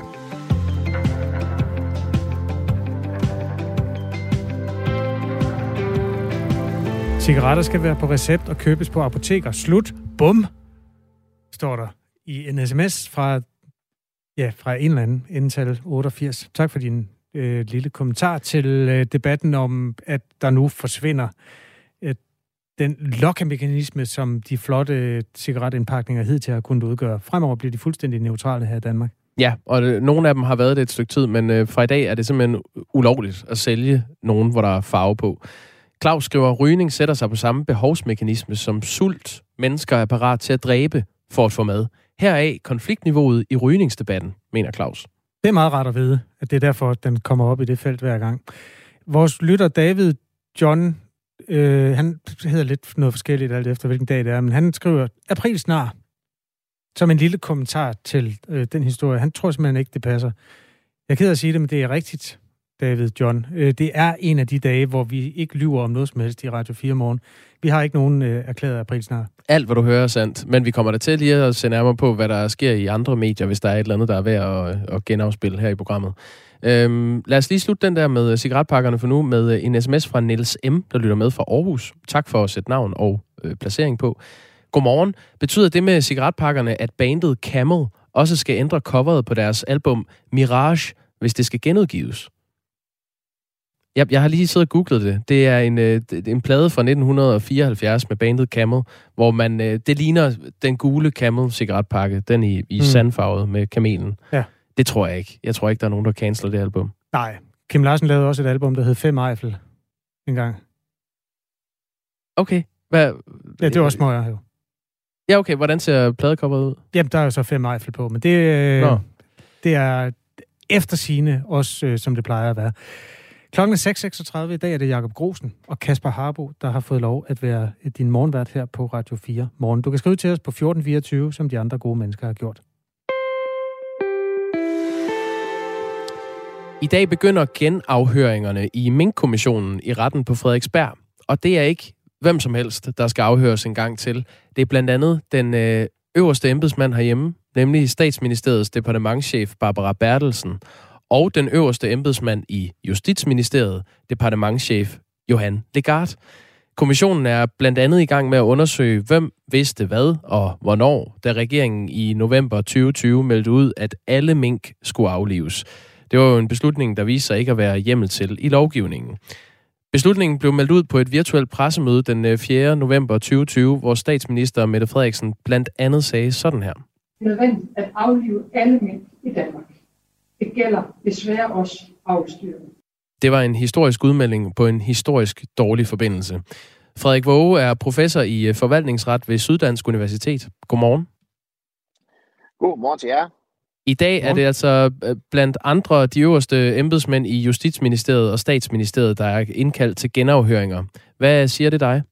Cigaretter skal være på recept og købes på apoteker. Slut. Bum, står der i en sms fra en eller anden endetal 88. Tak for din lille kommentar til debatten om, at der nu forsvinder den lokkemekanisme, som de flotte cigaretindpakninger hidtil har kunnet udgøre. Fremover bliver de fuldstændig neutrale her i Danmark. Ja, og nogle af dem har været det et stykke tid, men fra i dag er det simpelthen ulovligt at sælge nogen, hvor der er farve på. Claus skriver, rygning sætter sig på samme behovsmekanisme som sult. Mennesker er parat til at dræbe for at få mad. Heraf konfliktniveauet i rygningsdebatten, mener Claus. Det er meget rart at vide, at det er derfor, den kommer op i det felt hver gang. Vores lytter David John, han hedder lidt noget forskelligt alt efter, hvilken dag det er, men han skriver april snart, som en lille kommentar til den historie. Han tror simpelthen ikke, det passer. Jeg er ked af at sige det, men det er rigtigt, David John. Det er en af de dage, hvor vi ikke lyver om noget som helst i Radio 4 morgen. Vi har ikke nogen erklæret aprilsnare.
Alt, hvad du hører, er sandt. Men vi kommer da til lige at se nærmere på, hvad der sker i andre medier, hvis der er et eller andet, der er værd at genafspille her i programmet. Lad os lige slutte den der med cigaretpakkerne for nu med en sms fra Niels M., der lytter med fra Aarhus. Tak for at sætte navn og placering på. Godmorgen. Betyder det med cigaretpakkerne, at bandet Camel også skal ændre coveret på deres album Mirage, hvis det skal genudgives? Jeg har lige siddet og googlet det. Det er en plade fra 1974 med bandet Camel, hvor man det ligner den gule Camel cigaretpakke, den i sandfarvet med kamelen. Ja. Det tror jeg ikke. Jeg tror ikke, der er nogen, der canceler det album.
Nej. Kim Larsen lavede også et album, der hed 5 Eiffel en gang.
Okay.
Ja, det var også smøger jo.
Ja, okay. Hvordan ser pladecoveret ud?
Jamen, der er jo så 5 Eiffel på, men det er eftersigende også, som det plejer at være. Klokken er 6.36. I dag er det Jakob Grosen og Kasper Harbo, der har fået lov at være din morgenvært her på Radio 4 morgen. Du kan skrive til os på 1424, som de andre gode mennesker har gjort.
I dag begynder genafhøringerne i Mink-kommissionen i retten på Frederiksberg. Og det er ikke hvem som helst, der skal afhøres en gang til. Det er blandt andet den øverste embedsmand herhjemme, nemlig Statsministeriets departementschef Barbara Bertelsen, og den øverste embedsmand i Justitsministeriet, departementschef Johan Legarth. Kommissionen er blandt andet i gang med at undersøge, hvem vidste hvad og hvornår, da regeringen i november 2020 meldte ud, at alle mink skulle aflives. Det var jo en beslutning, der viste sig ikke at være hjemmel til i lovgivningen. Beslutningen blev meldt ud på et virtuelt pressemøde den 4. november 2020, hvor statsminister Mette Frederiksen blandt andet sagde sådan her.
Det er nødvendigt at aflive alle mink i Danmark. Det gælder desværre også avlsdyrene.
Det var en historisk udmelding på en historisk dårlig forbindelse. Frederik Waage er professor i forvaltningsret ved Syddansk Universitet. Godmorgen.
Godmorgen til jer.
I dag er det altså blandt andre de øverste embedsmænd i Justitsministeriet og Statsministeriet, der er indkaldt til genafhøringer. Hvad siger det dig?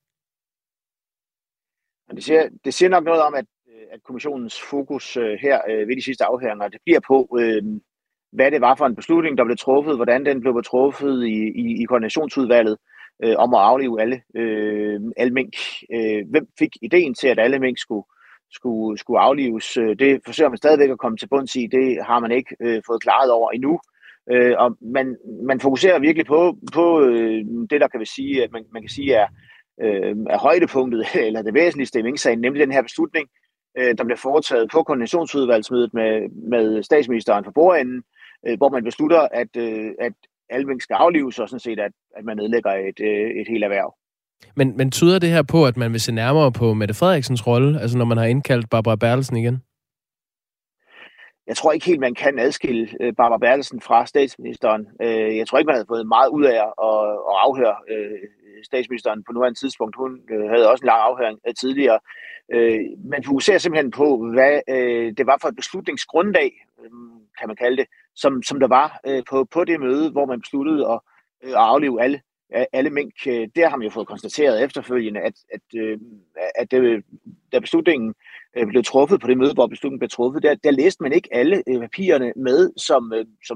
Det siger nok noget om, at kommissionens fokus her ved de sidste afhøringer, det bliver på, hvad det var for en beslutning, der blev truffet, hvordan den blev truffet i koordinationsudvalget om at aflive alle mink. Hvem fik ideen til, at alle mink skulle aflives? Det forsøger man stadigvæk at komme til bunds i. Det har man ikke fået klaret over endnu. Og man fokuserer virkelig på det, der kan vi sige, at man kan sige er højdepunktet, eller det væsentligste i minksagen, nemlig den her beslutning, der blev foretaget på koordinationsudvalgsmødet med statsministeren for bordenden, hvor man beslutter, at alle mink skal aflives, og sådan set, at man nedlægger et helt erhverv.
Men tyder det her på, at man vil se nærmere på Mette Frederiksens rolle, altså når man har indkaldt Barbara Bertelsen igen?
Jeg tror ikke helt, man kan adskille Barbara Bertelsen fra statsministeren. Jeg tror ikke, man havde fået meget ud af at afhøre statsministeren på nuværende tidspunkt. Hun havde også en lang afhøring tidligere. Man fokuserer simpelthen på, hvad det var for et beslutningsgrundlag, kan man kalde det, som der var på det møde, hvor man besluttede at aflive alle mink. Der har man jo fået konstateret efterfølgende, at da beslutningen blev truffet på det møde, hvor beslutningen blev truffet, der læste man ikke alle papirerne med, som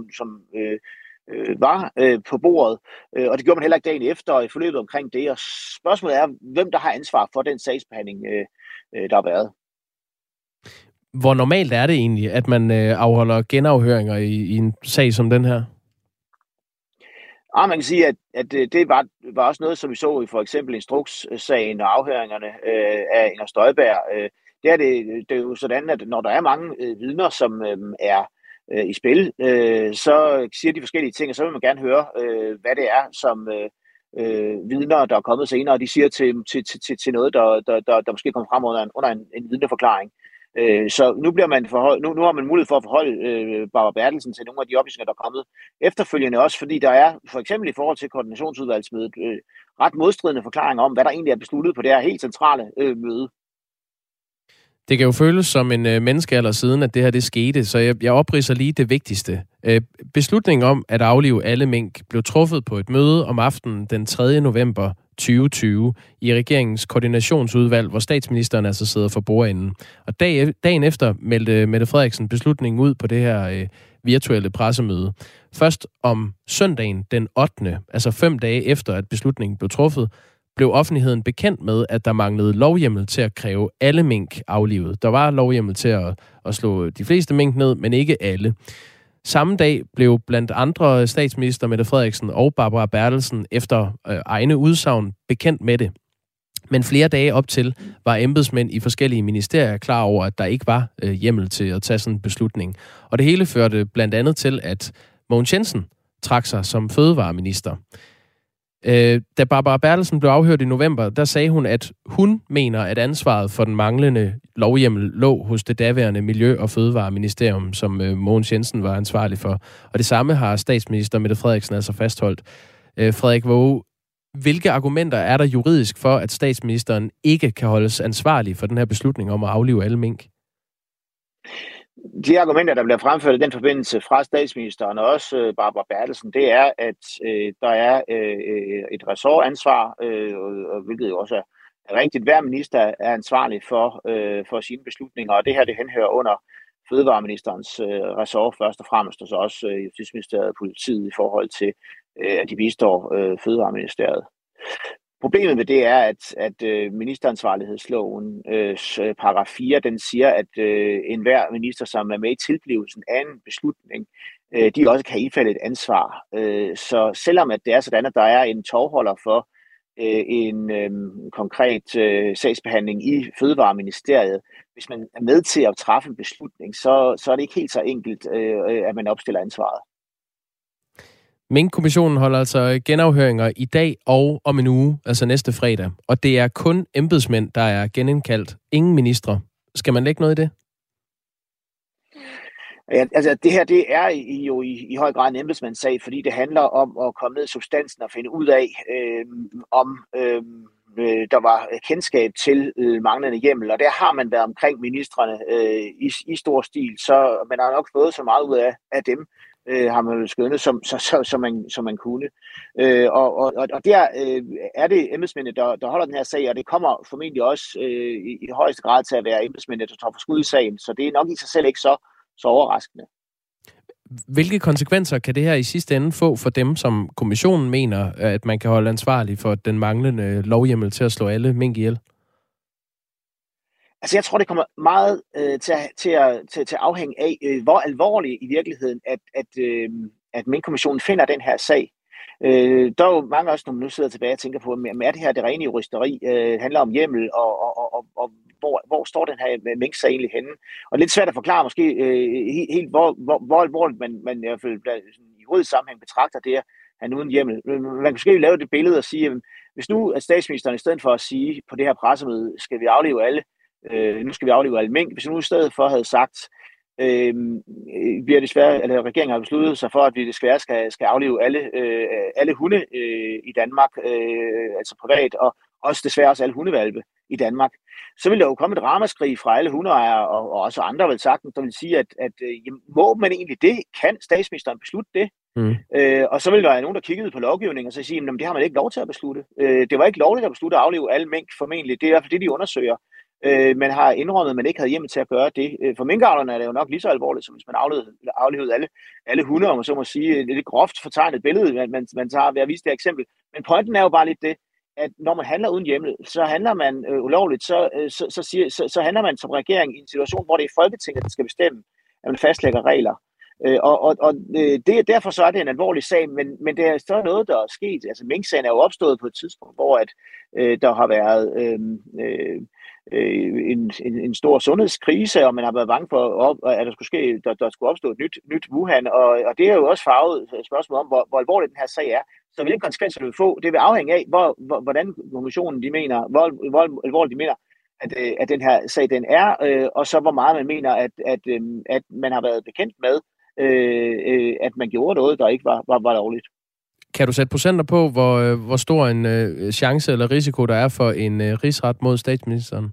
var på bordet, og det gjorde man heller ikke dagen efter, og i forløbet omkring det. Og spørgsmålet er, hvem der har ansvar for den sagsbehandling, der har været.
Hvor normalt er det egentlig, at man afholder genafhøringer i en sag som den her?
Man kan sige, at det var også noget, som vi så i for eksempel instrukssagen og afhøringerne af Inger Støjberg. Det er jo sådan, at når der er mange vidner, som er i spil, så siger de forskellige ting, og så vil man gerne høre, hvad det er, som vidner, der er kommet senere, de siger til noget, der måske kommer frem under en vidneforklaring. Så nu har man mulighed for at forholde Barbara Bertelsen til nogle af de oplysninger, der er kommet efterfølgende også, fordi der er for eksempel i forhold til koordinationsudvalgsmødet ret modstridende forklaringer om, hvad der egentlig er besluttet på det her helt centrale møde.
Det kan jo føles som en menneskealder siden, at det her det skete, så jeg opridser lige det vigtigste. Beslutningen om at aflive alle mink blev truffet på et møde om aftenen den 3. november 2020 i regeringens koordinationsudvalg, hvor statsministeren altså sidder for bordenden. Og dagen efter meldte Mette Frederiksen beslutningen ud på det her virtuelle pressemøde. Først om søndagen den 8., altså 5 dage efter, at beslutningen blev truffet, blev offentligheden bekendt med, at der manglede lovhjemmel til at kræve alle mink aflivet. Der var lovhjemmel til at slå de fleste mink ned, men ikke alle. Samme dag blev blandt andre statsminister Mette Frederiksen og Barbara Bertelsen efter egne udsagn bekendt med det. Men flere dage op til var embedsmænd i forskellige ministerier klar over, at der ikke var hjemmel til at tage sådan en beslutning. Og det hele førte blandt andet til, at Mogens Jensen trak sig som fødevareminister. Da Barbara Bertelsen blev afhørt i november, der sagde hun, at hun mener, at ansvaret for den manglende lovhjemmel lå hos det daværende Miljø- og Fødevareministerium, som Mogens Jensen var ansvarlig for. Og det samme har statsminister Mette Frederiksen altså fastholdt. Frederik Waage, hvilke argumenter er der juridisk for, at statsministeren ikke kan holdes ansvarlig for den her beslutning om at aflive alle mink?
De argumenter, der bliver fremført i den forbindelse fra statsministeren og også Barbara Bertelsen, det er, at der er et ressortansvar, hvilket jo også er rigtigt. Hver minister er ansvarlig for sine beslutninger, og det her det henhører under fødevareministerens ressort først og fremmest, og så også Justitsministeriet og politiet i forhold til, at de bistår Fødevareministeriet. Problemet med det er, at ministeransvarlighedslovens paragraf 4, den siger, at enhver minister, som er med i tilblivelsen af en beslutning, de også kan ifalde et ansvar. Så selvom at det er sådan, at der er en tovholder for en konkret sagsbehandling i Fødevareministeriet, hvis man er med til at træffe en beslutning, så er det ikke helt så enkelt, at man opstiller ansvaret.
Mink-kommissionen holder altså genafhøringer i dag og om en uge, altså næste fredag. Og det er kun embedsmænd, der er genindkaldt. Ingen ministre. Skal man lægge noget i det?
Ja, altså det her, det er jo i høj grad en embedsmandssag, fordi det handler om at komme ned i substansen og finde ud af, om der var kendskab til manglende hjemmel. Og der har man været omkring ministrene i stor stil, så man har nok fået så meget ud af dem, har man jo skønnet, som man kunne. Og der er det embedsmændene, der holder den her sag, og det kommer formentlig også i højeste grad til at være embedsmændene, der tager for skud i sagen. Så det er nok i sig selv ikke så overraskende.
Hvilke konsekvenser kan det her i sidste ende få for dem, som kommissionen mener, at man kan holde ansvarlig for den manglende lovhjemmel til at slå alle mink ihjel?
Altså jeg tror, det kommer meget til at afhænge af, hvor alvorlig i virkeligheden, at Mink-kommissionen finder den her sag. Der er jo mange også, når man nu sidder tilbage og tænker på, er det her det rene juristeri, handler om hjemmel, og hvor står den her mink-sag egentlig henne? Og lidt svært at forklare måske helt, hvor alvorligt man i hvert fald i juridisk sammenhæng betragter det her, han uden hjemmel. Man kan måske lave det billede og sige, hvis nu at statsministeren i stedet for at sige på det her pressemøde, skal vi aflive alle, nu skal vi aflive alle mink, hvis nu i stedet for havde sagt, regeringen har besluttet sig for, at vi desværre skal aflive alle hunde i Danmark, altså privat, og også desværre også alle hundehvalpe i Danmark, så vil der jo komme et ramaskrig fra alle hundeejere, og også andre vel sagt, der vil sige, at må man egentlig det? Kan statsministeren beslutte det? Og så vil der være nogen, der kiggede på lovgivningen og så sige, at det har man ikke lov til at beslutte. Det var ikke lovligt at beslutte at aflive alle mink formentlig. Det er i hvert fald det, de undersøger. Man har indrømmet, at man ikke havde hjemmel til at gøre det. For minkavlerne er det jo nok lige så alvorligt, som hvis man aflevede alle hunde, om man så må sige. Det er et groft fortegnet billede, man tager ved at vise det eksempel. Men pointen er jo bare lidt det, at når man handler uden hjemmel, så handler man ulovligt, så handler man som regering i en situation, hvor det er Folketinget, der skal bestemme, at man fastlægger regler. Derfor så er det en alvorlig sag, men det er så noget, der er sket. Altså mink-sagen er jo opstået på et tidspunkt, hvor der har været en stor sundhedskrise, og man har været bange for, at der skulle opstå et nyt Wuhan, og det er jo også farvet spørgsmål om, hvor alvorlig den her sag er. Så hvilke konsekvenser det vil få, det vil afhænge af, hvordan kommissionen de mener, hvor alvorligt de mener, at den her sag den er, og så hvor meget man mener, at man har været bekendt med, at man gjorde noget, der ikke var lovligt.
Kan du sætte procenter på, hvor stor en chance eller risiko der er for en rigsret mod statsministeren?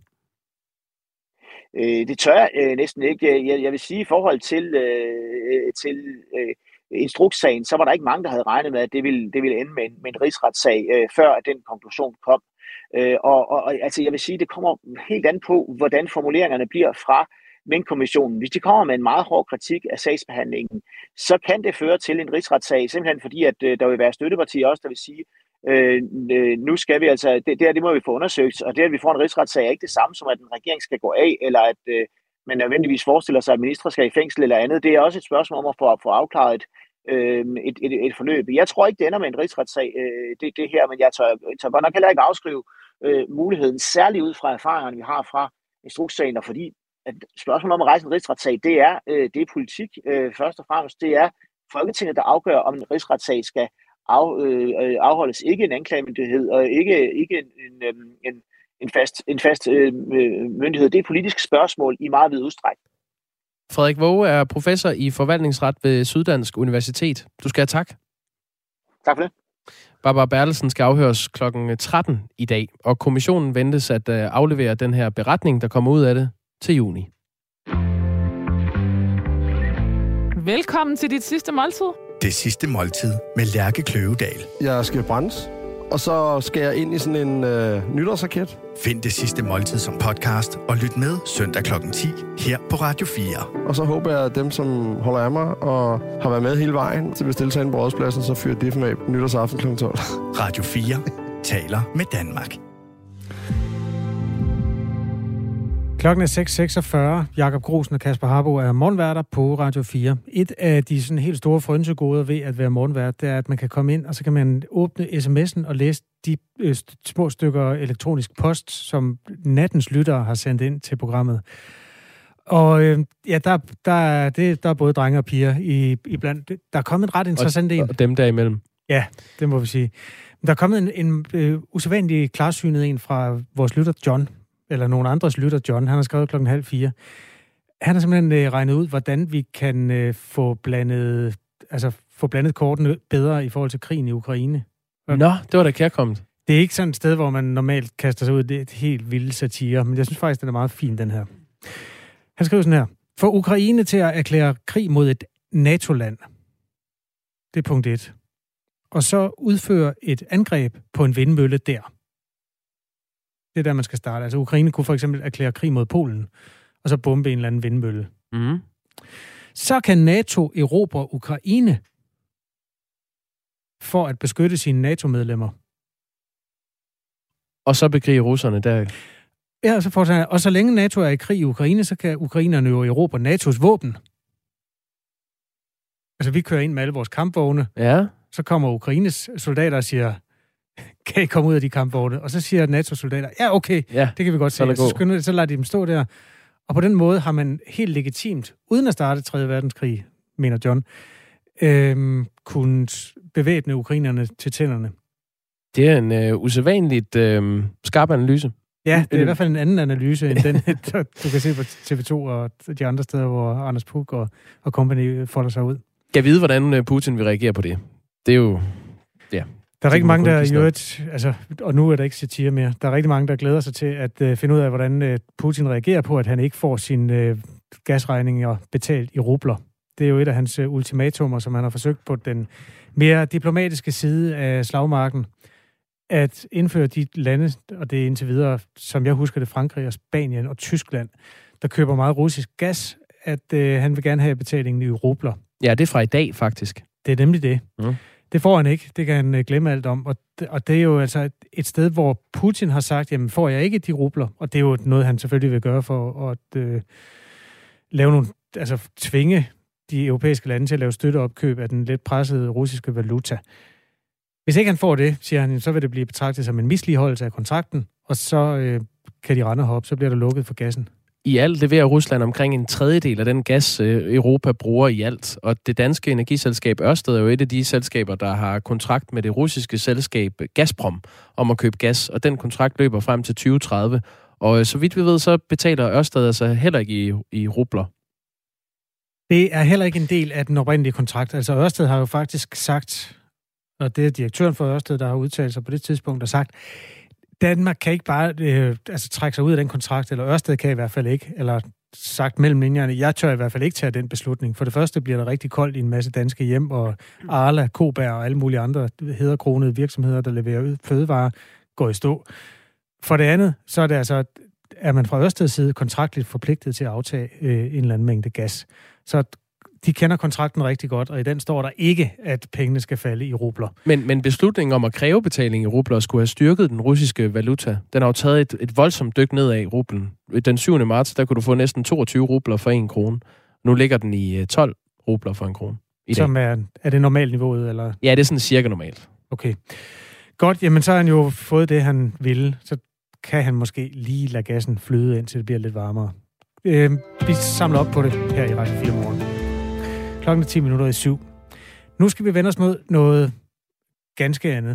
Det tør jeg næsten ikke. Jeg vil sige, i forhold til instrukssagen, så var der ikke mange, der havde regnet med, at det ville ende med en rigsretssag, før den konklusion kom. Altså, jeg vil sige, det kommer helt an på, hvordan formuleringerne bliver fra Minkkommissionen, hvis de kommer med en meget hård kritik af sagsbehandlingen, så kan det føre til en rigsretssag, simpelthen fordi, at der vil være støttepartier også, der vil sige, nu skal vi altså, det må vi få undersøgt, og det, at vi får en rigsretssag, er ikke det samme som, at en regering skal gå af, eller at man nødvendigvis forestiller sig, at ministre skal i fængsel eller andet. Det er også et spørgsmål om at få afklaret et forløb. Jeg tror ikke, det ender med en rigsretssag, det her, men jeg tør godt nok heller ikke afskrive muligheden, særligt ud fra erfaringerne, vi har fra instrukssagen, og fordi at spørgsmålet om at rejse en rigsretssag, det er politik først og fremmest. Det er Folketinget, der afgør, om en rigsretssag skal afholdes, ikke en anklagemyndighed og ikke en fast myndighed. Det er et politisk spørgsmål i meget vid udstrækning.
Frederik Waage er professor i forvaltningsret ved Syddansk Universitet. Du skal have tak.
Tak for det.
Barbara Bertelsen skal afhøres kl. 13 i dag, og kommissionen ventes at aflevere den her beretning, der kommer ud af det, til juni.
Velkommen til dit sidste måltid.
Det sidste måltid med Lærke Kløvedal.
Jeg skal brændes, og så skal jeg ind i sådan en nytårsraket.
Find det sidste måltid som podcast, og lyt med søndag kl. 10 her på Radio 4.
Og så håber jeg, at dem, som holder af mig og har været med hele vejen til at stille på Rådspladsen, så fyrer det for mig nytårsaften kl. 12.
Radio 4 taler med Danmark.
Klokken er 6.46. Jakob Grosen og Kasper Harbo er morgenværter på Radio 4. Et af de sådan helt store frynsegoder ved at være morgenvært, det er, at man kan komme ind, og så kan man åbne sms'en og læse de små stykker elektronisk post, som nattens lyttere har sendt ind til programmet. Og der er både drenge og piger iblandt. Der er kommet et ret interessant en.
Og dem derimellem.
Ja, det må vi sige. Der er kommet en usædvanlig klarsynet en fra vores lytter John, eller nogen andres lytter John. Han har skrevet 3:30. Han har simpelthen regnet ud, hvordan vi kan få blandet kortene bedre i forhold til krigen i Ukraine.
Nå, det var da kærkommet.
Det er ikke sådan et sted, hvor man normalt kaster sig ud. Det er et helt vildt satire, men jeg synes faktisk, den er meget fin, den her. Han skriver sådan her. Få Ukraine til at erklære krig mod et NATO-land. Det er punkt 1. Og så udføre et angreb på en vindmølle der. Det er der, man skal starte. Altså Ukraine kunne for eksempel erklære krig mod Polen, og så bombe en eller anden vindmølle.
Mm.
Så kan NATO erobre Ukraine for at beskytte sine NATO-medlemmer.
Og så bekrige russerne der.
Ja, så fortsætter han. Og så længe NATO er i krig i Ukraine, så kan ukrainerne jo erobre NATO's våben. Altså vi kører ind med alle vores kampvogne.
Ja.
Så kommer Ukraines soldater og siger, kan I komme ud af de kampvogne? Og så siger NATO-soldater, ja okay, det kan vi godt se. Så lader de dem stå der. Og på den måde har man helt legitimt, uden at starte 3. verdenskrig, mener John, kunnet bevæbne ukrainerne til tænderne.
Det er en usædvanligt skarp analyse.
Ja, det er i hvert fald en anden analyse, end den, du kan se på TV2 og de andre steder, hvor Anders Puk og company folder sig ud.
Jeg ved, hvordan Putin vil reagere på det. Det er jo... Ja.
Der er rigtig mange, der og nu er der ikke satire mere, der er rigtig mange, der glæder sig til at finde ud af, hvordan Putin reagerer på, at han ikke får sine gasregninger betalt i rubler. Det er jo et af hans ultimatumer, som han har forsøgt på den mere diplomatiske side af slagmarken, at indføre de lande, og det er indtil videre, som jeg husker det, Frankrig og Spanien og Tyskland, der køber meget russisk gas, at han vil gerne have betalingen i rubler.
Ja, det er fra i dag, faktisk.
Det er nemlig det. Mm. Det får han ikke. Det kan han glemme alt om. Og det er jo altså et sted, hvor Putin har sagt, jamen får jeg ikke de rubler? Og det er jo noget, han selvfølgelig vil gøre for at lave nogle, altså tvinge de europæiske lande til at lave støtteopkøb af den lidt pressede russiske valuta. Hvis ikke han får det, siger han, så vil det blive betragtet som en misligholdelse af kontrakten, og så kan de rende herop, så bliver der lukket for gassen.
I alt leverer Rusland omkring 1/3 af den gas, Europa bruger i alt. Og det danske energiselskab Ørsted er jo et af de selskaber, der har kontrakt med det russiske selskab Gazprom om at købe gas. Og den kontrakt løber frem til 2030. Og så vidt vi ved, så betaler Ørsted altså heller ikke i rubler.
Det er heller ikke en del af den oprindelige kontrakt. Altså Ørsted har jo faktisk sagt, og det er direktøren for Ørsted, der har udtalt sig på det tidspunkt, og sagt, Danmark kan ikke bare trække sig ud af den kontrakt, eller Ørsted kan i hvert fald ikke, eller sagt mellem linjerne, jeg tør i hvert fald ikke tage den beslutning. For det første bliver der rigtig koldt i en masse danske hjem, og Arla, Koberg og alle mulige andre hæderkronede virksomheder, der leverer fødevarer, går i stå. For det andet, så er det altså er man fra Ørsteds side kontraktligt forpligtet til at aftage en eller anden mængde gas. Så de kender kontrakten rigtig godt, og i den står der ikke, at pengene skal falde i rubler.
Men beslutningen om at kræve betaling i rubler skulle have styrket den russiske valuta. Den har jo taget et voldsomt dyk nedad i rublen. Den 7. marts, der kunne du få næsten 22 rubler for 1 krone. Nu ligger den i 12 rubler for 1 krone.
Som er det normalniveauet, eller?
Ja, det er sådan cirka normalt.
Okay. Godt, jamen så har han jo fået det, han ville. Så kan han måske lige lade gassen flyde ind, til det bliver lidt varmere. Vi samler op på det her i Radio 4 morgen. Klokken er 7:10. Nu skal vi vende os mod noget ganske andet.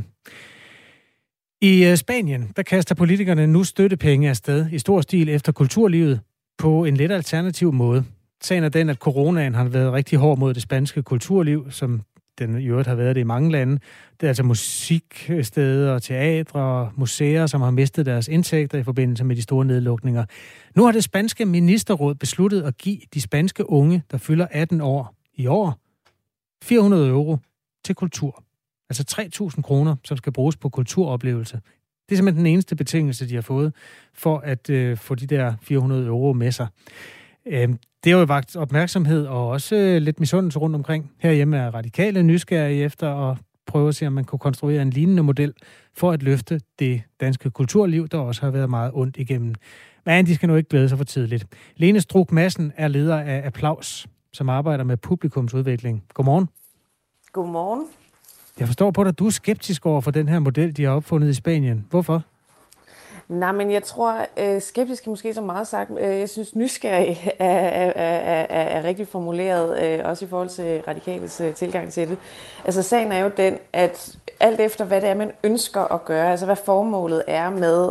I Spanien, der kaster politikerne nu støttepenge afsted i stor stil efter kulturlivet på en lidt alternativ måde. Sagen er den, at coronaen har været rigtig hård mod det spanske kulturliv, som den i øvrigt har været det i mange lande. Det er altså musiksteder, teatre og museer, som har mistet deres indtægter i forbindelse med de store nedlukninger. Nu har det spanske ministerråd besluttet at give de spanske unge, der fylder 18 år i år, 400 euro til kultur. Altså 3.000 kroner, som skal bruges på kulturoplevelse. Det er simpelthen den eneste betingelse, de har fået for at få de der 400 euro med sig. Det har jo vakt opmærksomhed og også lidt misundelse rundt omkring. Herhjemme er radikale nysgerrige efter at prøve at se, om man kunne konstruere en lignende model for at løfte det danske kulturliv, der også har været meget ondt igennem. Men de skal nu ikke glæde sig for tidligt. Lene Struk Madsen er leder af Applaus, som arbejder med publikumsudvikling. Godmorgen.
Godmorgen.
Jeg forstår på dig, at du er skeptisk over for den her model, de har opfundet i Spanien. Hvorfor?
Nej, men jeg tror, skeptisk er måske så meget sagt. Jeg synes, nysgerrig er rigtig formuleret, også i forhold til radikales tilgang til det. Altså, sagen er jo den, at alt efter, hvad det er, man ønsker at gøre, altså hvad formålet er med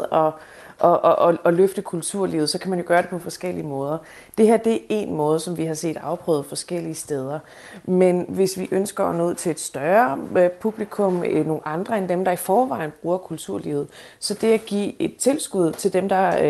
at løfte kulturlivet, så kan man jo gøre det på forskellige måder. Det her, det er en måde, som vi har set afprøvet forskellige steder. Men hvis vi ønsker at nå ud til et større publikum, nogle andre end dem, der i forvejen bruger kulturlivet, så det at give et tilskud til dem,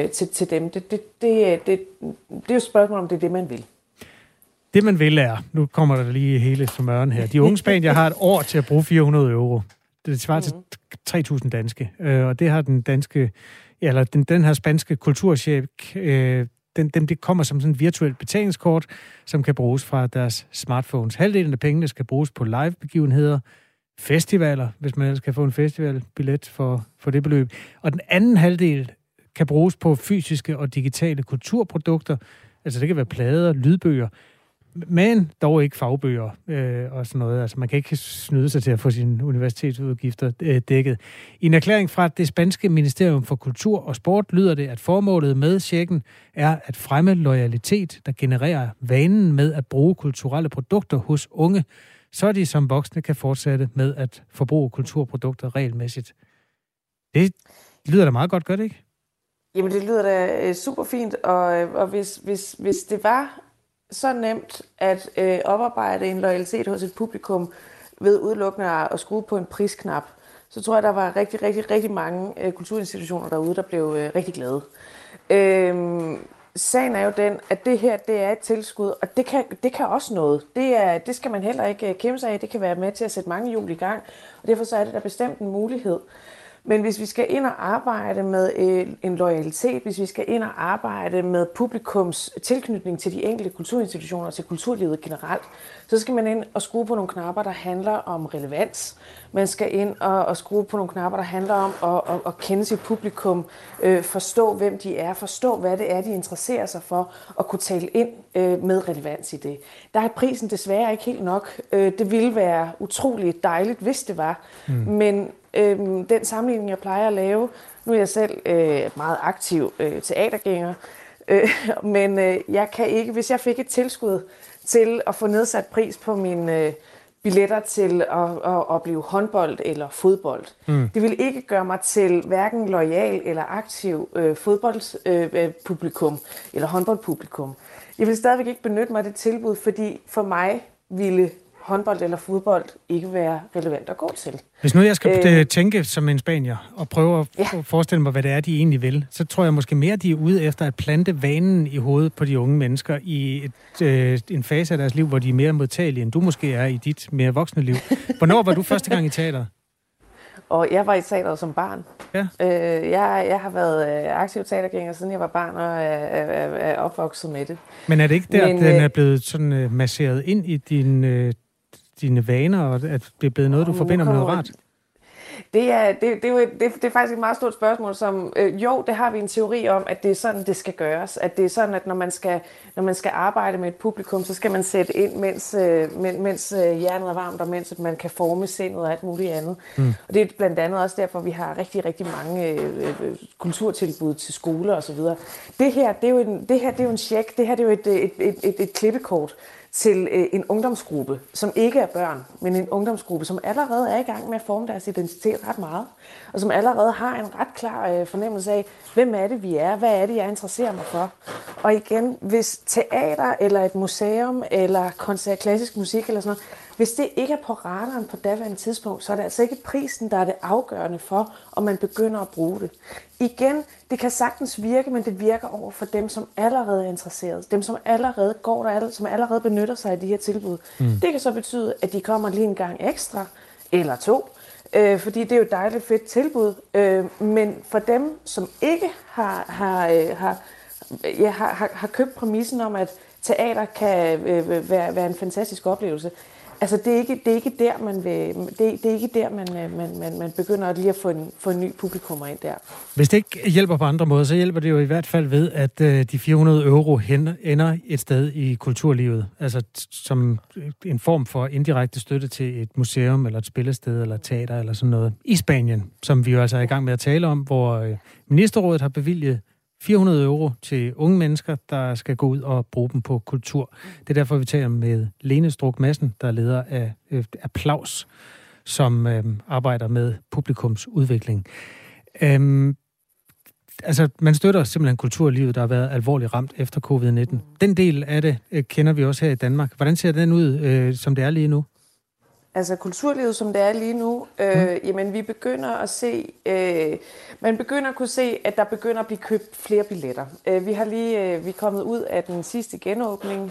det er jo et spørgsmål, om det er det, man vil.
Det, man vil er, nu kommer der lige hele smøren her. De unge spanier har et år til at bruge 400 euro. Det svarer til 3.000 danske. Og det har den danske eller den her spanske kulturchef, det kommer som sådan et virtuelt betalingskort, som kan bruges fra deres smartphones. Halvdelen af pengene skal bruges på live-begivenheder, festivaler, hvis man ellers kan få en festivalbillet for det beløb. Og den anden halvdel kan bruges på fysiske og digitale kulturprodukter. Altså det kan være plader, lydbøger, men dog ikke fagbøger og sådan noget. Altså man kan ikke snyde sig til at få sine universitetsudgifter dækket. I en erklæring fra det spanske Ministerium for Kultur og Sport lyder det, at formålet med checken er at fremme loyalitet, der genererer vanen med at bruge kulturelle produkter hos unge, så de som voksne kan fortsætte med at forbruge kulturprodukter regelmæssigt. Det lyder da meget godt, gør det ikke?
Jamen det lyder da super fint, og hvis det var så nemt at oparbejde en loyalitet hos et publikum ved udelukkende at skrue på en prisknap, så tror jeg, der var rigtig mange kulturinstitutioner derude, der blev rigtig glade. Sagen er jo den, at det her, det er et tilskud, og det kan også noget. Det skal man heller ikke kæmpe sig af. Det kan være med til at sætte mange hjul i gang, og derfor så er det da bestemt en mulighed. Men hvis vi skal ind og arbejde med en loyalitet, hvis vi skal ind og arbejde med publikums tilknytning til de enkelte kulturinstitutioner og til kulturlivet generelt, så skal man ind og skrue på nogle knapper, der handler om relevans. Man skal ind og skrue på nogle knapper, der handler om at kende sit publikum, forstå, hvem de er, forstå, hvad det er, de interesserer sig for, og kunne tale ind med relevans i det. Der er prisen desværre ikke helt nok. Det ville være utroligt dejligt, hvis det var. Men den sammenligning, jeg plejer at lave, nu er jeg selv meget aktiv teatergænger, men jeg kan ikke, hvis jeg fik et tilskud til at få nedsat pris på mine billetter til at blive håndbold eller fodbold. Det vil ikke gøre mig til hverken loyal eller aktiv fodboldpublikum eller håndboldpublikum. Jeg vil stadigvæk ikke benytte mig af det tilbud, fordi for mig ville håndbold eller fodbold ikke være relevant at gå til.
Hvis nu jeg skal tænke som en spanier og prøve at forestille mig, hvad det er, de egentlig vil, så tror jeg måske mere, de er ude efter at plante vanen i hovedet på de unge mennesker i en fase af deres liv, hvor de er mere modtagelige, end du måske er i dit mere voksne liv. Hvornår var du første gang i teater?
Og jeg var i teateret som barn.
Ja.
Jeg har været aktiv teatergænger, siden jeg var barn, og er opvokset med det.
Men er det ikke der, at den er blevet sådan masseret ind i dine vaner, og at det er blevet noget, du forbinder med noget rart?
Det er faktisk et meget stort spørgsmål, som jo, det har vi en teori om, at det er sådan, det skal gøres. At det er sådan, at når man skal arbejde med et publikum, så skal man sætte ind, mens hjernet er varmt, og mens man kan forme sindet og alt muligt andet. Og det er blandt andet også derfor, vi har rigtig, rigtig mange kulturtilbud til skoler osv. Det her, det er jo en check. Det her, det er jo et klippekort til en ungdomsgruppe, som ikke er børn, men en ungdomsgruppe, som allerede er i gang med at forme deres identitet ret meget, og som allerede har en ret klar fornemmelse af, hvem er det, vi er, hvad er det, jeg interesserer mig for. Og igen, hvis teater, eller et museum, eller koncert, klassisk musik, eller sådan noget, hvis det ikke er på radaren på daværende tidspunkt, så er det altså ikke prisen, der er det afgørende for, om man begynder at bruge det. Igen, det kan sagtens virke, men det virker over for dem, som allerede er interesseret. Dem, som allerede går der, som allerede benytter sig af de her tilbud. Det kan så betyde, at de kommer lige en gang ekstra, eller 2, fordi det er jo et dejligt fedt tilbud. Men for dem, som ikke har købt præmissen om, at teater kan være en fantastisk oplevelse, altså det er ikke der man begynder lige at få en ny publikummer ind der.
Hvis det ikke hjælper på andre måder, så hjælper det jo i hvert fald ved, at de 400 euro ender et sted i kulturlivet. Altså som en form for indirekte støtte til et museum, eller et spillested, eller teater, eller sådan noget. I Spanien, som vi jo altså er i gang med at tale om, hvor ministerrådet har bevilget 400 euro til unge mennesker, der skal gå ud og bruge dem på kultur. Det er derfor, vi taler med Lene Struk Madsen, der er leder af Applaus, som arbejder med publikumsudvikling. Altså, man støtter simpelthen kulturlivet, der har været alvorligt ramt efter covid-19. Den del af det kender vi også her i Danmark. Hvordan ser den ud, som det er lige nu?
Altså kulturlivet, som det er lige nu, jamen vi begynder at se, man begynder at kunne se, at der begynder at blive købt flere billetter. Vi er kommet ud af den sidste genåbning,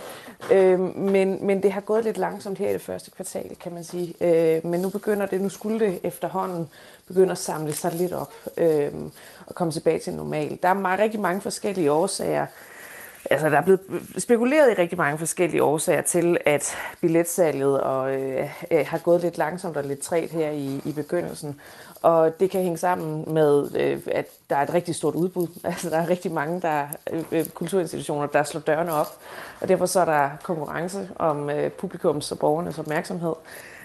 men det har gået lidt langsomt her i det første kvartal, kan man sige. Men nu skulle det efterhånden begynde at samle sig lidt op og komme tilbage til normal. Der er rigtig mange forskellige årsager. Altså, der er blevet spekuleret i rigtig mange forskellige årsager til, at billetsalget har gået lidt langsomt og lidt træt her i begyndelsen. Og det kan hænge sammen med, at der er et rigtig stort udbud. Altså, der er rigtig mange kulturinstitutioner, der slår dørene op. Og derfor så er der konkurrence om publikums og borgernes opmærksomhed.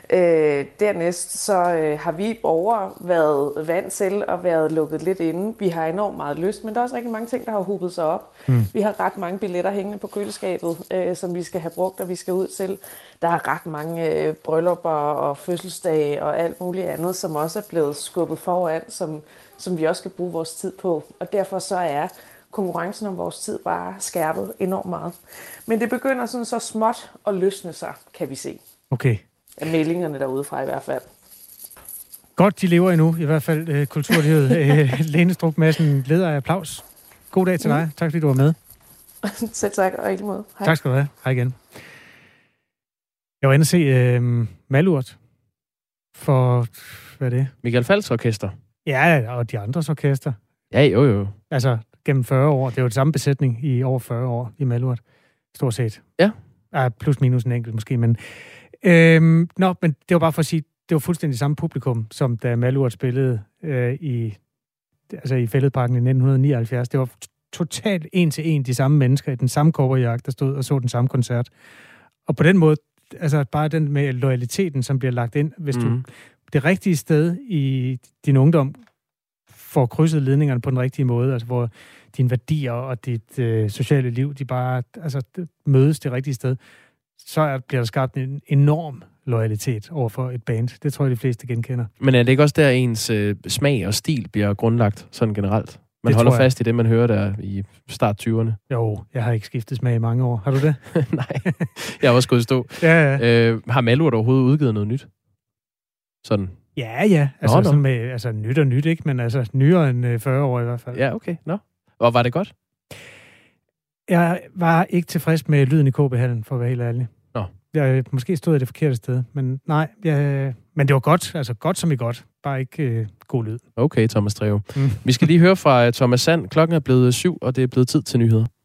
Dernæst så har vi borgere været vant til at være lukket lidt inde. Vi har enormt meget lyst, men der er også rigtig mange ting, der har hobet sig op. Vi har ret mange billetter hængende på køleskabet, som vi skal have brugt, og vi skal ud til. Der er ret mange bryllupper og fødselsdage og alt muligt andet, som også er blevet skubbet foran, som vi også skal bruge vores tid på. Og derfor så er konkurrencen om vores tid bare skærpet enormt meget. Men det begynder sådan så småt at løsne sig, kan vi se.
Okay.
Af meldingerne derudefra i hvert fald.
Godt, de lever endnu, i hvert fald kulturlivet. Lene Struk Madsen, leder af Applaus. God dag til dig. Tak fordi du var med.
Selv tak, og ikke måde.
Hej. Tak skal du have. Hej igen. Jeg var inde at se Malurt for, hvad er det?
Michael Falchs orkester.
Ja, og de andres orkester.
Ja, jo.
Altså, gennem 40 år. Det er jo det samme besætning i over 40 år i Malurt. Stort set.
Ja.
Plus minus en enkelt måske, men men det var bare for at sige, det var fuldstændig samme publikum, som da Malurt spillede i Fælledparken i 1979. Det var totalt en til en de samme mennesker i den samme cowboyjakke, der stod og så den samme koncert. Og på den måde, altså bare den med loyaliteten, som bliver lagt ind, hvis du det rigtige sted i din ungdom får krydset ledningerne på den rigtige måde, altså hvor dine værdier og dit sociale liv, de bare mødes det rigtige sted, så bliver der skabt en enorm loyalitet over for et band. Det tror jeg, de fleste genkender.
Men er det ikke også der, ens smag og stil bliver grundlagt sådan generelt? Man holder fast i det, man hører der i start 20'erne.
Jo, jeg har ikke skiftet smag i mange år. Har du det?
Nej, jeg har også gået i stå.
Ja.
Har Malurt overhovedet udgivet noget nyt? Sådan.
Ja. Altså, sådan med, nyt og nyt, ikke? Men altså nyere end 40 år i hvert fald.
Ja, okay. Og var det godt?
Jeg var ikke tilfreds med lyden i KB-hallen, for at være helt ærlig. Jeg måske stod i det forkerte sted, men nej. Men det var godt, altså godt som i godt. Bare ikke god lyd.
Okay, Thomas Treve. Vi skal lige høre fra Thomas Sand. Klokken er blevet 7, og det er blevet tid til nyheder.